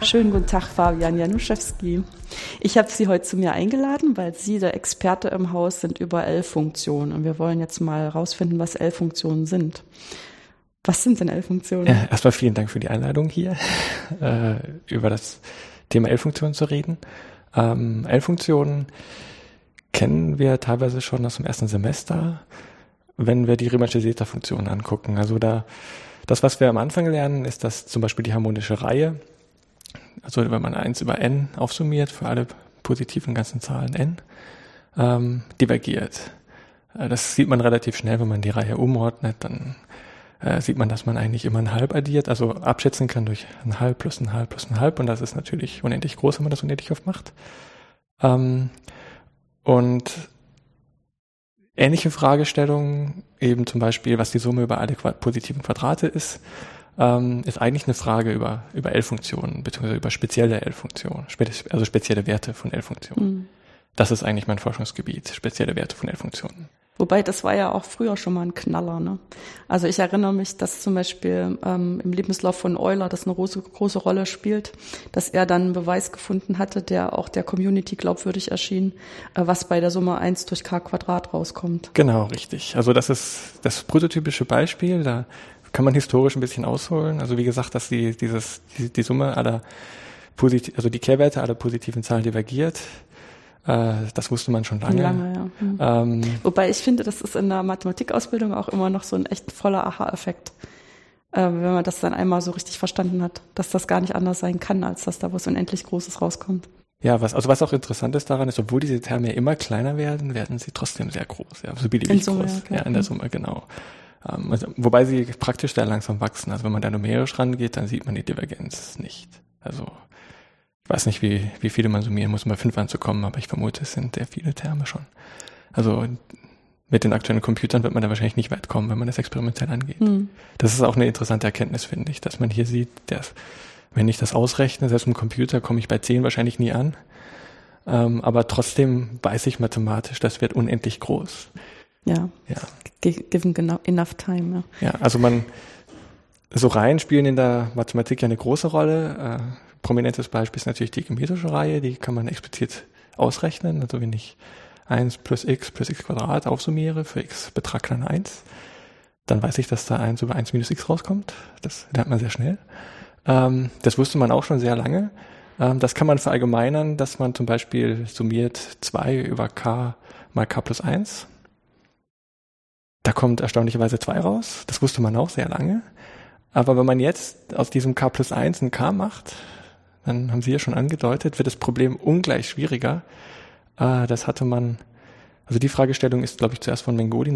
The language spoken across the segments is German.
Schönen guten Tag, Fabian Januszewski. Ich habe Sie heute zu mir eingeladen, weil Sie der Experte im Haus sind über L-Funktionen. Und wir wollen jetzt mal herausfinden, was L-Funktionen sind. Was sind denn L-Funktionen? Ja, erstmal vielen Dank für die Einladung hier, über das Thema L-Funktionen zu reden. L-Funktionen kennen wir teilweise schon aus dem ersten Semester, wenn wir die Riemannsche Zeta-Funktion angucken. Also das, was wir am Anfang lernen, ist, dass zum Beispiel die harmonische Reihe, also wenn man 1 über n aufsummiert für alle positiven ganzen Zahlen n, divergiert. Das sieht man relativ schnell, wenn man die Reihe umordnet, dann sieht man, dass man eigentlich immer ein Halb addiert, also abschätzen kann durch ein Halb plus ein Halb plus ein Halb, und das ist natürlich unendlich groß, wenn man das unendlich oft macht. Und ähnliche Fragestellungen, eben zum Beispiel, was die Summe über alle positiven Quadrate ist eigentlich eine Frage über L-Funktionen, beziehungsweise über spezielle L-Funktionen, also spezielle Werte von L-Funktionen. Mhm. Das ist eigentlich mein Forschungsgebiet, spezielle Werte von L-Funktionen. Wobei, das war ja auch früher schon mal ein Knaller, ne? Also ich erinnere mich, dass zum Beispiel im Lebenslauf von Euler das eine große Rolle spielt, dass er dann einen Beweis gefunden hatte, der auch der Community glaubwürdig erschien, was bei der Summe 1 durch k Quadrat rauskommt. Genau, richtig. Also das ist das prototypische Beispiel, da kann man historisch ein bisschen ausholen. Also wie gesagt, dass die Summe aller also die Kehrwerte aller positiven Zahlen divergiert. Das wusste man schon lange. Ja. Wobei ich finde, das ist in der Mathematikausbildung auch immer noch so ein echt voller Aha-Effekt, wenn man das dann einmal so richtig verstanden hat, dass das gar nicht anders sein kann, als dass da was unendlich Großes rauskommt. Ja, was auch interessant ist daran ist, obwohl diese Terme immer kleiner werden sie trotzdem sehr groß, ja, so beliebig groß. Ja, in der Summe, genau. Wobei sie praktisch sehr langsam wachsen. Also wenn man da numerisch rangeht, dann sieht man die Divergenz nicht. Also ich weiß nicht, wie viele man summieren muss, um bei 5 anzukommen, aber ich vermute, es sind sehr viele Terme schon. Also mit den aktuellen Computern wird man da wahrscheinlich nicht weit kommen, wenn man das experimentell angeht. Mhm. Das ist auch eine interessante Erkenntnis, finde ich, dass man hier sieht, dass, wenn ich das ausrechne, selbst mit dem Computer komme ich bei 10 wahrscheinlich nie an, aber trotzdem weiß ich mathematisch, das wird unendlich groß. Ja. Given enough time. Ja, also so Reihen spielen in der Mathematik ja eine große Rolle. Prominentes Beispiel ist natürlich die geometrische Reihe, die kann man explizit ausrechnen. Also wenn ich 1 plus x Quadrat aufsummiere für x Betrag klein 1, dann weiß ich, dass da 1 über 1 minus x rauskommt. Das lernt man sehr schnell. Das wusste man auch schon sehr lange. Das kann man verallgemeinern, dass man zum Beispiel summiert 2 über k mal k plus 1. Da kommt erstaunlicherweise 2 raus. Das wusste man auch sehr lange. Aber wenn man jetzt aus diesem k plus 1 ein k macht, dann haben Sie ja schon angedeutet, wird das Problem ungleich schwieriger. Das hatte man, also die Fragestellung ist, glaube ich, zuerst von Mengoli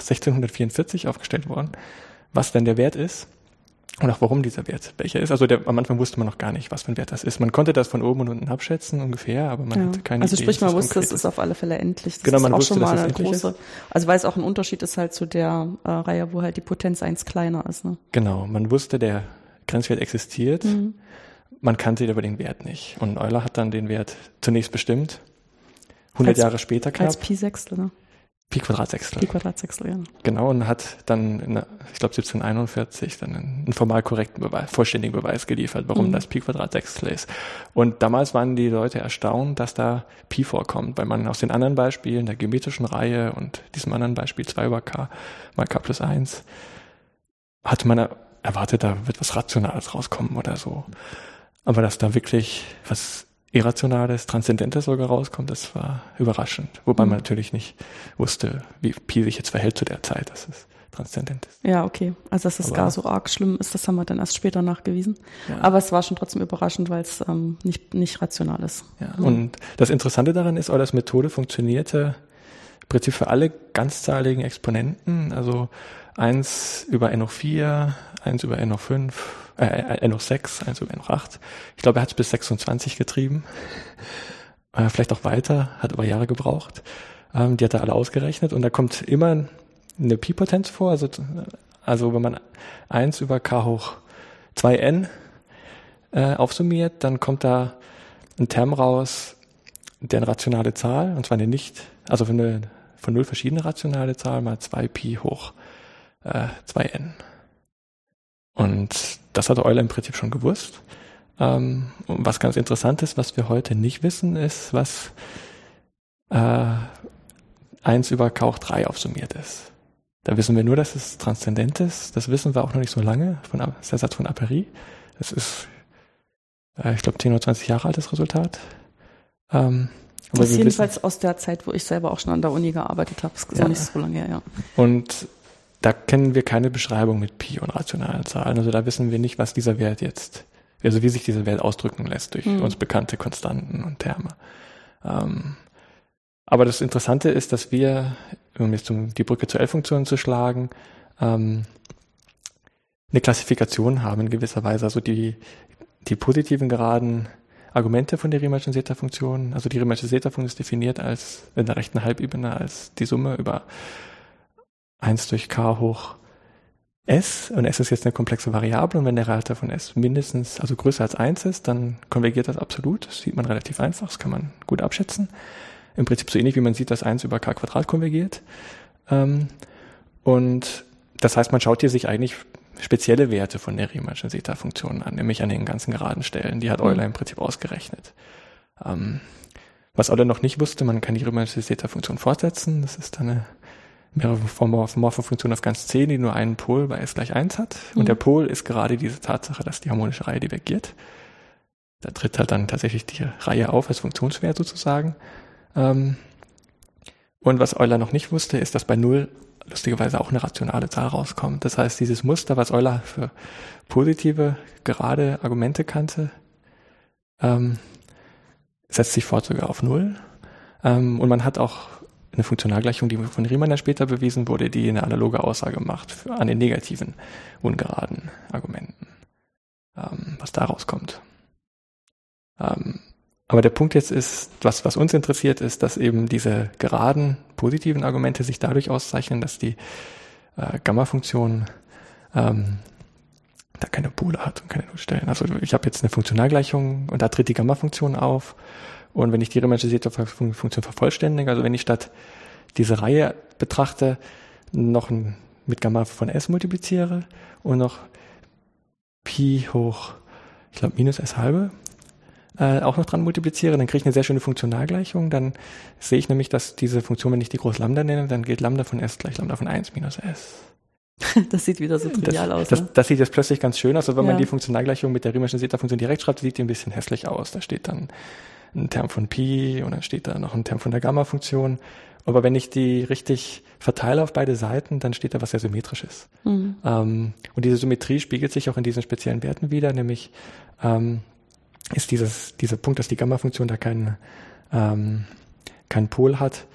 1644 aufgestellt worden, was denn der Wert ist und auch warum dieser Wert welcher ist. Also am Anfang wusste man noch gar nicht, was für ein Wert das ist. Man konnte das von oben und unten abschätzen ungefähr, aber man hatte keine Idee. Also sprich, man wusste, es ist auf alle Fälle endlich. Das ist auch schon mal eine große, also weil es auch ein Unterschied ist halt zu der Reihe, wo halt die Potenz 1 kleiner ist. Ne? Genau, man wusste, der Grenzwert existiert. Mhm. Man kannte aber den Wert nicht. Und Euler hat dann den Wert zunächst bestimmt. 100 Jahre später knapp. Als Pi-Sechstel, ne? Pi-Quadratsechstel. Pi-Quadratsechstel, ja. Genau, und hat dann, ich glaube 1741, dann einen formal korrekten Beweis, vollständigen Beweis geliefert, warum das Pi-Quadratsechstel ist. Und damals waren die Leute erstaunt, dass da Pi vorkommt, weil man aus den anderen Beispielen, der geometrischen Reihe und diesem anderen Beispiel 2 über k mal k plus 1, hatte man erwartet, da wird was Rationales rauskommen oder so. Aber dass da wirklich was Irrationales, Transzendentes sogar rauskommt, das war überraschend. Wobei man natürlich nicht wusste, wie Pi sich jetzt verhält zu der Zeit, dass es transzendent ist. Ja, okay. Also dass es gar so arg schlimm ist, das haben wir dann erst später nachgewiesen. Ja. Aber es war schon trotzdem überraschend, weil es nicht rational ist. Ja. Und das Interessante daran ist, Eulers Methode funktionierte im Prinzip für alle ganzzahligen Exponenten, also 1 über n hoch 4, 1 über n hoch 5, n hoch 6, 1 über n hoch 8. Ich glaube, er hat es bis 26 getrieben. Vielleicht auch weiter, hat aber Jahre gebraucht. Die hat er alle ausgerechnet und da kommt immer eine Pi-Potenz vor. Also wenn man 1 über k hoch 2n aufsummiert, dann kommt da ein Term raus, der eine rationale Zahl, und zwar also eine von 0 verschiedene rationale Zahl mal 2 Pi hoch 2n. Und das hatte Euler im Prinzip schon gewusst. Und was ganz interessant ist, was wir heute nicht wissen, ist, was 1 über K hoch 3 aufsummiert ist. Da wissen wir nur, dass es transzendent ist. Das wissen wir auch noch nicht so lange. Das ist der Satz von Apéry. Das ist, ich glaube, 10 oder 20 Jahre altes Resultat. Das ist jedenfalls aus der Zeit, wo ich selber auch schon an der Uni gearbeitet habe. Das ist noch nicht so lange her, ja. Und da kennen wir keine Beschreibung mit Pi und rationalen Zahlen. Also da wissen wir nicht, was dieser Wert jetzt, also wie sich dieser Wert ausdrücken lässt durch uns bekannte Konstanten und Terme. Aber das Interessante ist, dass wir, um jetzt die Brücke zur L-Funktion zu schlagen, eine Klassifikation haben in gewisser Weise. Also die positiven geraden Argumente von der Riemannschen Zeta-Funktion. Also die Riemannsche Zeta-Funktion ist definiert als in der rechten Halbebene als die Summe über 1 durch k hoch s. Und s ist jetzt eine komplexe Variable. Und wenn der Realteil von s mindestens, also größer als 1 ist, dann konvergiert das absolut. Das sieht man relativ einfach. Das kann man gut abschätzen. Im Prinzip so ähnlich, wie man sieht, dass 1 über k Quadrat konvergiert. Und das heißt, man schaut hier sich eigentlich spezielle Werte von der Riemannschen Zeta-Funktion an, nämlich an den ganzen geraden Stellen. Die hat Euler im Prinzip ausgerechnet. Was Euler noch nicht wusste, man kann die Riemannsche Zeta-Funktion fortsetzen. Das ist dann eine mehrere Funktion auf ganz C, die nur einen Pol bei s gleich 1 hat. Und der Pol ist gerade diese Tatsache, dass die harmonische Reihe divergiert. Da tritt halt dann tatsächlich die Reihe auf als Funktionswert sozusagen. Und was Euler noch nicht wusste, ist, dass bei 0 lustigerweise auch eine rationale Zahl rauskommt. Das heißt, dieses Muster, was Euler für positive, gerade Argumente kannte, setzt sich fort sogar auf 0. Und man hat auch eine Funktionalgleichung, die von Riemann dann später bewiesen wurde, die eine analoge Aussage macht an den negativen, ungeraden Argumenten, was da rauskommt. Aber der Punkt jetzt ist, was uns interessiert, ist, dass eben diese geraden, positiven Argumente sich dadurch auszeichnen, dass die Gamma-Funktion da keine Pole hat und keine Nullstellen. Also ich habe jetzt eine Funktionalgleichung und da tritt die Gamma-Funktion auf. Und wenn ich die Riemannsche Zeta-Funktion vervollständige, also wenn ich statt diese Reihe betrachte, noch mit Gamma von S multipliziere und noch Pi hoch, ich glaube, minus S halbe, auch noch dran multipliziere, dann kriege ich eine sehr schöne Funktionalgleichung. Dann sehe ich nämlich, dass diese Funktion, wenn ich die groß Lambda nenne, dann gilt Lambda von S gleich Lambda von 1 minus S. Das sieht wieder so trivial aus. Das sieht jetzt plötzlich ganz schön aus. Also wenn man die Funktionalgleichung mit der Riemannschen Zeta-Funktion direkt schreibt, sieht die ein bisschen hässlich aus. Da steht dann ein Term von Pi und dann steht da noch ein Term von der Gamma-Funktion. Aber wenn ich die richtig verteile auf beide Seiten, dann steht da was sehr Symmetrisches. Und diese Symmetrie spiegelt sich auch in diesen speziellen Werten wieder, nämlich ist dieser Punkt, dass die Gamma-Funktion da keinen Pol hat,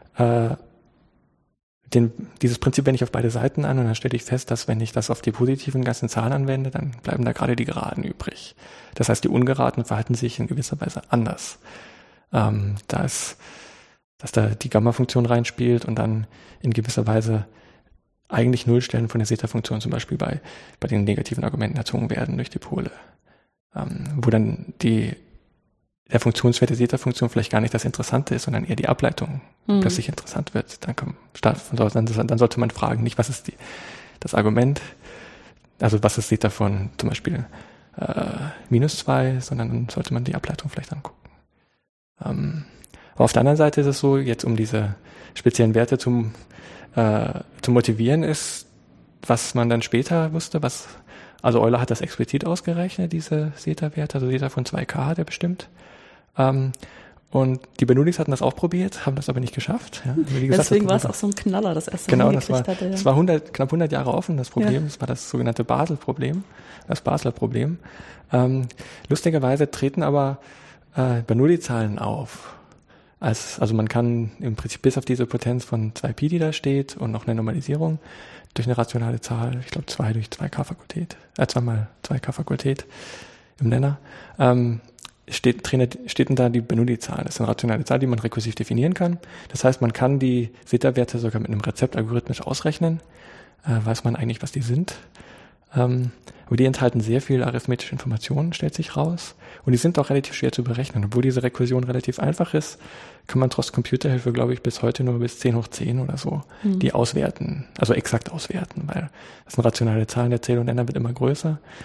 dieses Prinzip wende ich auf beide Seiten an und dann stelle ich fest, dass wenn ich das auf die positiven ganzen Zahlen anwende, dann bleiben da gerade die Geraden übrig. Das heißt, die Ungeraden verhalten sich in gewisser Weise anders. Dass da die Gamma-Funktion reinspielt und dann in gewisser Weise eigentlich Nullstellen von der Zeta-Funktion zum Beispiel bei den negativen Argumenten erzogen werden durch die Pole. Wo dann der Funktionswert der Zeta-Funktion vielleicht gar nicht das Interessante ist, sondern eher die Ableitung plötzlich interessant wird. Dann sollte man fragen, nicht was ist das Argument, also was ist Zeta von zum Beispiel minus 2, sondern dann sollte man die Ableitung vielleicht angucken. Aber auf der anderen Seite ist es so, jetzt um diese speziellen Werte zu motivieren, ist, was man dann später wusste, also Euler hat das explizit ausgerechnet, diese Zeta-Werte, also Zeta von 2k hat er bestimmt. Und die Bernoullis hatten das auch probiert, haben das aber nicht geschafft. Ja. Wie gesagt, deswegen war es auch so ein Knaller, das erste Mal. Genau, das war knapp 100 Jahre offen, das Problem. Das war das sogenannte Basel-Problem, das Basler-Problem. Lustigerweise treten aber Bernoulli-Zahlen auf. Also man kann im Prinzip bis auf diese Potenz von 2Pi, die da steht, und noch eine Normalisierung durch eine rationale Zahl, ich glaube 2 durch 2k-Fakultät, 2 mal 2k-Fakultät im Nenner, steht da die Bernoulli-Zahl. Das ist eine rationale Zahl, die man rekursiv definieren kann. Das heißt, man kann die Zeta-Werte sogar mit einem Rezept algorithmisch ausrechnen. Weiß man eigentlich, was die sind. Aber die enthalten sehr viel arithmetische Informationen, stellt sich raus. Und die sind auch relativ schwer zu berechnen. Obwohl diese Rekursion relativ einfach ist, kann man trotz Computerhilfe, glaube ich, bis heute nur bis 10 hoch 10 oder so die auswerten, also exakt auswerten, weil das sind rationale Zahlen, der Zähl und Nenner wird immer größer.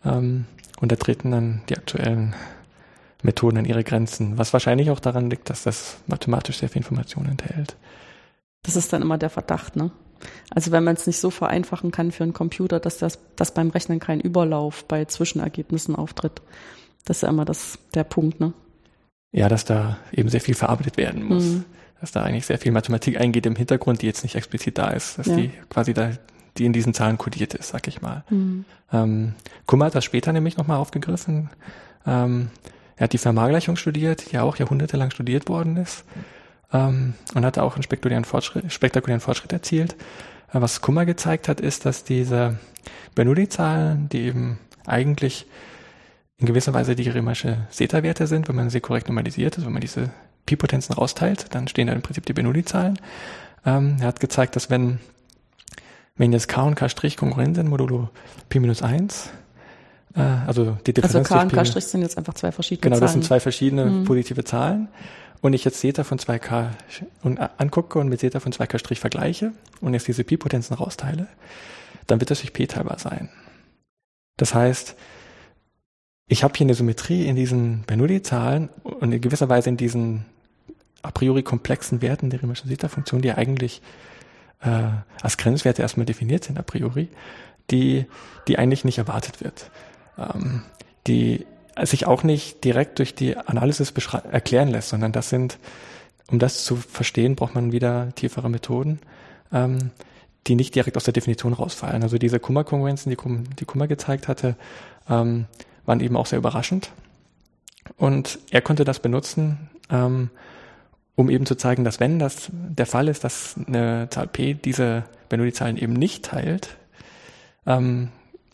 Und da treten dann die aktuellen Methoden an ihre Grenzen, was wahrscheinlich auch daran liegt, dass das mathematisch sehr viel Information enthält. Das ist dann immer der Verdacht, ne? Also wenn man es nicht so vereinfachen kann für einen Computer, dass beim Rechnen kein Überlauf bei Zwischenergebnissen auftritt. Das ist ja immer der Punkt, ne? Ja, dass da eben sehr viel verarbeitet werden muss. Dass da eigentlich sehr viel Mathematik eingeht im Hintergrund, die jetzt nicht explizit da ist. Dass die quasi die in diesen Zahlen kodiert ist, sag ich mal. Kummer hat das später nämlich nochmal aufgegriffen. Er hat die Fermat-Gleichung studiert, die ja auch jahrhundertelang studiert worden ist. Und hat auch einen spektakulären Fortschritt erzielt. Was Kummer gezeigt hat, ist, dass diese Bernoulli-Zahlen, die eben eigentlich in gewisser Weise die Riemannsche Zeta-Werte sind, wenn man sie korrekt normalisiert, also wenn man diese Pi-Potenzen rausteilt, dann stehen da im Prinzip die Bernoulli-Zahlen. Er hat gezeigt, dass wenn jetzt K und K' konkurrent sind, modulo Pi minus 1, also die Differenz. Also K und K' sind jetzt einfach zwei verschiedene Zahlen. Genau, das sind zwei verschiedene positive Zahlen. Und ich jetzt Zeta von 2K angucke und mit Zeta von 2K' vergleiche und jetzt diese Pi-Potenzen rausteile, dann wird das durch P teilbar sein. Das heißt, ich habe hier eine Symmetrie in diesen Bernoulli-Zahlen und in gewisser Weise in diesen a priori komplexen Werten der Riemannschen Zeta-Funktion, die eigentlich als Grenzwerte erstmal definiert sind a priori, die eigentlich nicht erwartet wird. Die sich auch nicht direkt durch die Analysis erklären lässt, sondern das sind, um das zu verstehen, braucht man wieder tiefere Methoden, die nicht direkt aus der Definition rausfallen. Also diese Kummer-Kongruenzen, die Kummer gezeigt hatte, waren eben auch sehr überraschend. Und er konnte das benutzen, um eben zu zeigen, dass wenn das der Fall ist, dass eine Zahl P diese Bernoulli-Zahlen eben nicht teilt, dann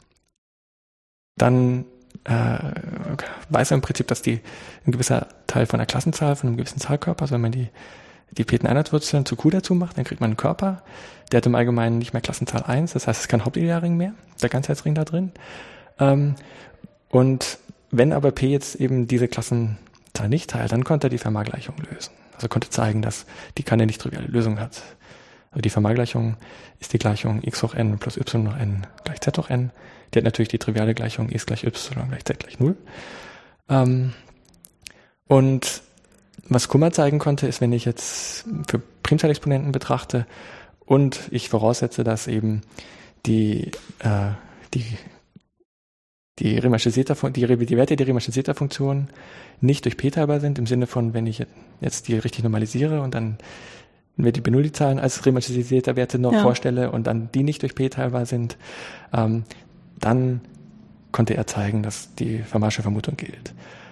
weiß er im Prinzip, dass ein gewisser Teil von einer Klassenzahl, von einem gewissen Zahlkörper, also wenn man die Peten-Einheitswurzeln zu Q dazu macht, dann kriegt man einen Körper, der hat im Allgemeinen nicht mehr Klassenzahl 1, das heißt, es ist kein Hauptidealring mehr, der Ganzheitsring da drin. Und wenn aber P jetzt eben diese Klassenzahl nicht teilt, dann konnte er die Fermat-Gleichung lösen. Also konnte zeigen, dass die keine nicht-triviale Lösung hat. Also die Fermat-Gleichung ist die Gleichung x hoch n plus y hoch n gleich z hoch n. Die hat natürlich die triviale Gleichung x gleich y gleich z gleich 0. Und was Kummer zeigen konnte, ist, wenn ich jetzt für Primzahlexponenten betrachte und ich voraussetze, dass eben die Riemannsche die Werte der Riemanschen Zeta-Funktion nicht durch P teilbar sind, im Sinne von, wenn ich jetzt die richtig normalisiere und dann mir die Bernoulli-Zahlen als Riemannsche Zeta-Werte noch vorstelle und dann die nicht durch P teilbar sind, dann konnte er zeigen, dass die Fermatsche Vermutung gilt.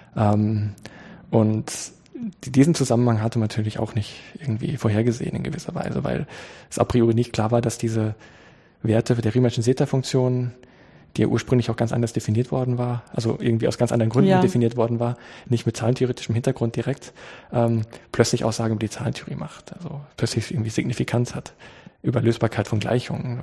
Und diesen Zusammenhang hatte man natürlich auch nicht irgendwie vorhergesehen in gewisser Weise, weil es a priori nicht klar war, dass diese Werte der Riemannschen Zeta-Funktion, die ja ursprünglich auch ganz anders definiert worden war, also irgendwie aus ganz anderen Gründen definiert worden war, nicht mit zahlentheoretischem Hintergrund direkt, plötzlich Aussagen über die Zahlentheorie macht, also plötzlich irgendwie Signifikanz hat, über Lösbarkeit von Gleichungen,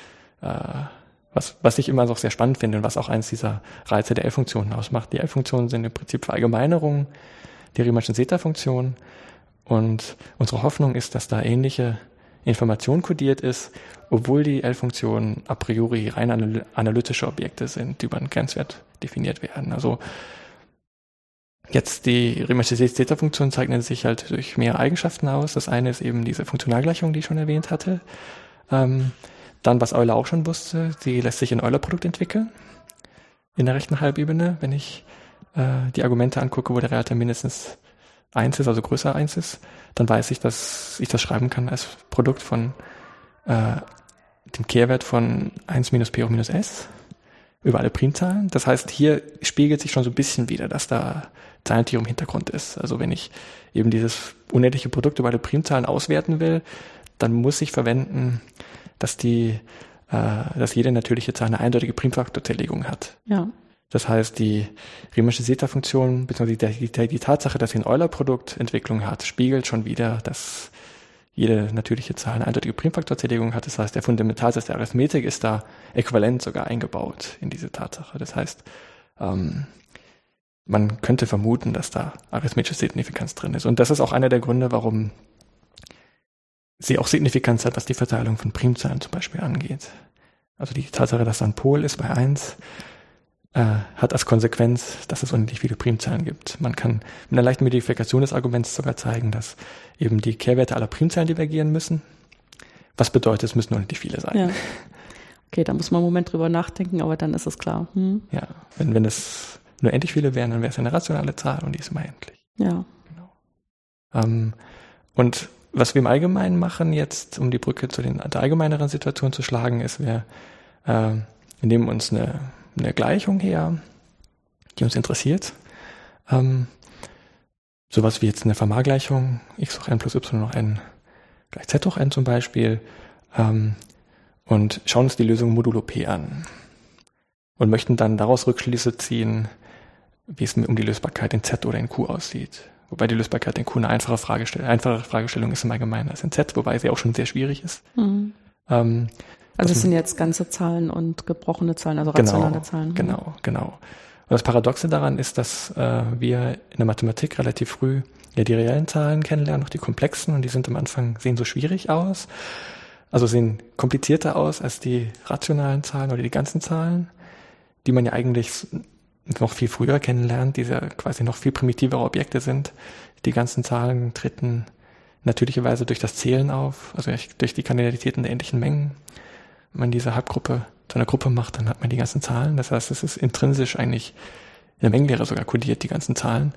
was ich immer noch sehr spannend finde und was auch eins dieser Reize der L-Funktionen ausmacht. Die L-Funktionen sind im Prinzip Verallgemeinerungen der Riemannschen Zeta-Funktion und unsere Hoffnung ist, dass da ähnliche Information kodiert ist, obwohl die L-Funktionen a priori rein analytische Objekte sind, die über einen Grenzwert definiert werden. Also jetzt die Riemannsche Zeta-Funktion zeichnet sich halt durch mehrere Eigenschaften aus. Das eine ist eben diese Funktionalgleichung, die ich schon erwähnt hatte. Dann, was Euler auch schon wusste, sie lässt sich in Euler-Produkt entwickeln, in der rechten Halbebene, wenn ich die Argumente angucke, wo der Realteil mindestens 1 ist, also größer 1 ist, dann weiß ich, dass ich das schreiben kann als Produkt von dem Kehrwert von 1 minus p hoch minus s über alle Primzahlen. Das heißt, hier spiegelt sich schon so ein bisschen wieder, dass da Zahlentheorie im Hintergrund ist. Also wenn ich eben dieses unendliche Produkt über alle Primzahlen auswerten will, dann muss ich verwenden, dass jede natürliche Zahl eine eindeutige Primfaktorzerlegung hat. Ja. Das heißt, die Riemannsche Zeta-Funktion, beziehungsweise die Tatsache, dass sie ein Euler-Produktentwicklung hat, spiegelt schon wieder, dass jede natürliche Zahl eine eindeutige Primfaktorzerlegung hat. Das heißt, der Fundamentalsatz der Arithmetik ist da äquivalent sogar eingebaut in diese Tatsache. Das heißt, man könnte vermuten, dass da arithmetische Signifikanz drin ist. Und das ist auch einer der Gründe, warum sie auch Signifikanz hat, was die Verteilung von Primzahlen zum Beispiel angeht. Also die Tatsache, dass da ein Pol ist bei 1, hat als Konsequenz, dass es unendlich viele Primzahlen gibt. Man kann mit einer leichten Modifikation des Arguments sogar zeigen, dass eben die Kehrwerte aller Primzahlen divergieren müssen. Was bedeutet, es müssen unendlich viele sein. Ja. Okay, da muss man einen Moment drüber nachdenken, aber dann ist es klar. Ja, wenn es nur endlich viele wären, dann wäre es eine rationale Zahl und die ist immer endlich. Ja. Genau. Und was wir im Allgemeinen machen jetzt, um die Brücke zu der allgemeineren Situation zu schlagen, ist, wir nehmen uns eine Gleichung her, die uns interessiert. Sowas wie jetzt eine Fermat-Gleichung, x hoch n plus y hoch n gleich z hoch n zum Beispiel, und schauen uns die Lösung modulo p an und möchten dann daraus Rückschlüsse ziehen, wie es um die Lösbarkeit in Z oder in Q aussieht. Wobei die Lösbarkeit in Q eine einfache Fragestellung ist im Allgemeinen als in Z, wobei sie auch schon sehr schwierig ist. Also es sind jetzt ganze Zahlen und gebrochene Zahlen, also rationale Zahlen. Genau. Und das Paradoxe daran ist, dass wir in der Mathematik relativ früh ja die reellen Zahlen kennenlernen, auch die komplexen, und die sind am Anfang, sehen so schwierig aus, also sehen komplizierter aus als die rationalen Zahlen oder die ganzen Zahlen, die man ja eigentlich noch viel früher kennenlernt, die ja quasi noch viel primitivere Objekte sind. Die ganzen Zahlen treten natürlicherweise durch das Zählen auf, also durch die Kardinalitäten der endlichen Mengen. Wenn man diese Halbgruppe zu einer Gruppe macht, dann hat man die ganzen Zahlen. Das heißt, es ist intrinsisch eigentlich in der Mengenlehre sogar kodiert, die ganzen Zahlen.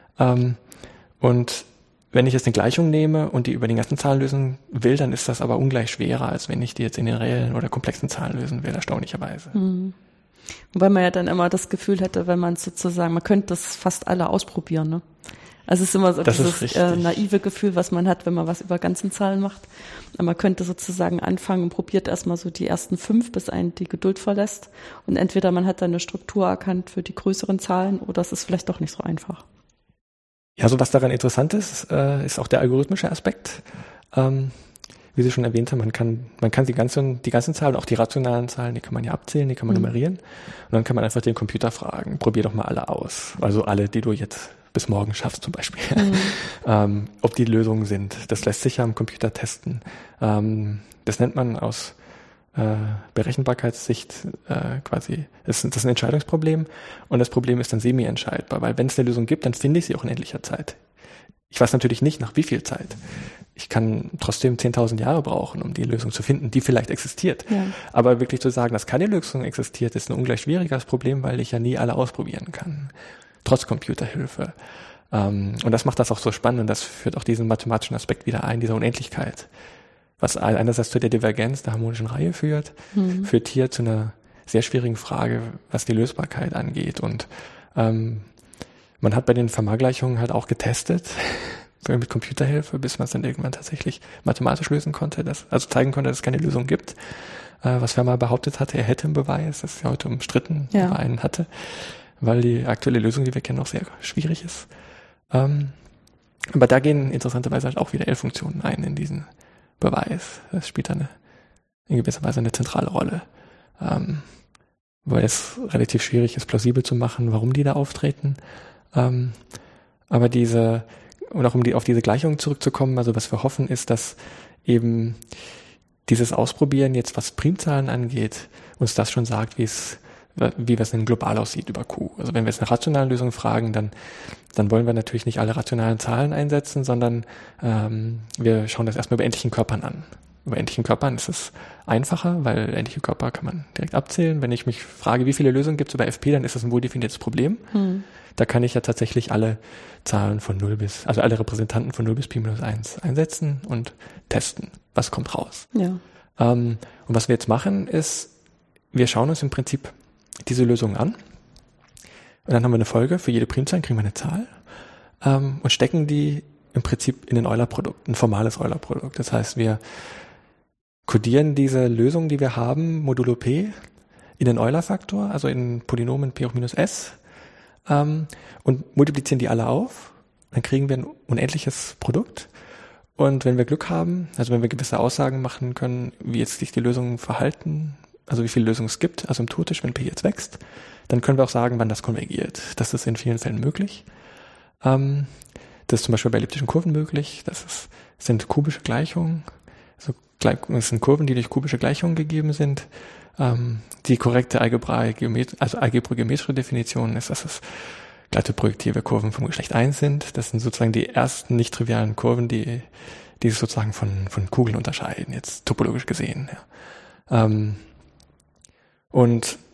Und wenn ich jetzt eine Gleichung nehme und die über den ganzen Zahlen lösen will, dann ist das aber ungleich schwerer, als wenn ich die jetzt in den reellen oder komplexen Zahlen lösen will, erstaunlicherweise. Wobei man ja dann immer das Gefühl hätte, wenn man sozusagen, man könnte das fast alle ausprobieren, ne? Also es ist immer so dieses naive Gefühl, was man hat, wenn man was über ganzen Zahlen macht. Aber man könnte sozusagen anfangen und probiert erstmal so die ersten 5, bis einen die Geduld verlässt. Und entweder man hat dann eine Struktur erkannt für die größeren Zahlen oder es ist vielleicht doch nicht so einfach. Ja, so was daran interessant ist, ist auch der algorithmische Aspekt. Wie Sie schon erwähnt haben, man kann die ganzen Zahlen, auch die rationalen Zahlen, die kann man ja abzählen, die kann man nummerieren. Und dann kann man einfach den Computer fragen, probier doch mal alle aus. Also alle, die du jetzt bis morgen schaffst zum Beispiel. Ob die Lösungen sind. Das lässt sich ja am Computer testen. Das nennt man aus Berechenbarkeitssicht quasi, das ist ein Entscheidungsproblem, und das Problem ist dann semi-entscheidbar, weil wenn es eine Lösung gibt, dann finde ich sie auch in endlicher Zeit. Ich weiß natürlich nicht, nach wie viel Zeit. Ich kann trotzdem 10.000 Jahre brauchen, um die Lösung zu finden, die vielleicht existiert. Ja. Aber wirklich zu sagen, dass keine Lösung existiert, ist ein ungleich schwieriges Problem, weil ich ja nie alle ausprobieren kann, trotz Computerhilfe. Und das macht das auch so spannend, und das führt auch diesen mathematischen Aspekt wieder ein, dieser Unendlichkeit. Was einerseits zu der Divergenz der harmonischen Reihe führt hier zu einer sehr schwierigen Frage, was die Lösbarkeit angeht. Und man hat bei den Fermat-Gleichungen halt auch getestet, mit Computerhilfe, bis man es dann irgendwann tatsächlich mathematisch lösen konnte, also zeigen konnte, dass es keine Lösung gibt. Was Fermat behauptet hatte, er hätte einen Beweis, das ist ja heute umstritten, ob er einen hatte, weil die aktuelle Lösung, die wir kennen, auch sehr schwierig ist. Aber da gehen interessanterweise halt auch wieder L-Funktionen ein in diesen Beweis. Das spielt dann in gewisser Weise eine zentrale Rolle, weil es relativ schwierig ist, plausibel zu machen, warum die da auftreten. Aber auf diese Gleichung zurückzukommen, also was wir hoffen, ist, dass eben dieses Ausprobieren jetzt, was Primzahlen angeht, uns das schon sagt, wie es denn global aussieht über Q. Also wenn wir jetzt eine rationale Lösung fragen, dann wollen wir natürlich nicht alle rationalen Zahlen einsetzen, sondern wir schauen das erstmal über endlichen Körpern an. Über endlichen Körpern ist es einfacher, weil endliche Körper kann man direkt abzählen. Wenn ich mich frage, wie viele Lösungen gibt es über FP, dann ist das ein wohl definiertes Problem. Da kann ich ja tatsächlich alle Zahlen also alle Repräsentanten von 0 bis Pi minus 1 einsetzen und testen. Was kommt raus? Ja. Und was wir jetzt machen, ist, wir schauen uns im Prinzip diese Lösung an. Und dann haben wir eine Folge. Für jede Primzahl kriegen wir eine Zahl und stecken die im Prinzip in ein Euler-Produkt, ein formales Euler-Produkt. Das heißt, wir kodieren diese Lösung, die wir haben, modulo p, in den Euler-Faktor, also in Polynomen p hoch minus s, und multiplizieren die alle auf. Dann kriegen wir ein unendliches Produkt. Und wenn wir Glück haben, also wenn wir gewisse Aussagen machen können, wie jetzt sich die Lösungen verhalten, also wie viele Lösungen es gibt, also im Turtisch, wenn p jetzt wächst, dann können wir auch sagen, wann das konvergiert. Das ist in vielen Fällen möglich. Das ist zum Beispiel bei elliptischen Kurven möglich. Sind kubische Gleichungen. Es sind Kurven, die durch kubische Gleichungen gegeben sind. Die korrekte algebrogeometrische Definition ist, dass es glatte projektive Kurven vom Geschlecht 1 sind. Das sind sozusagen die ersten nicht trivialen Kurven, die sich sozusagen von Kugeln unterscheiden, jetzt topologisch gesehen. Ja. Und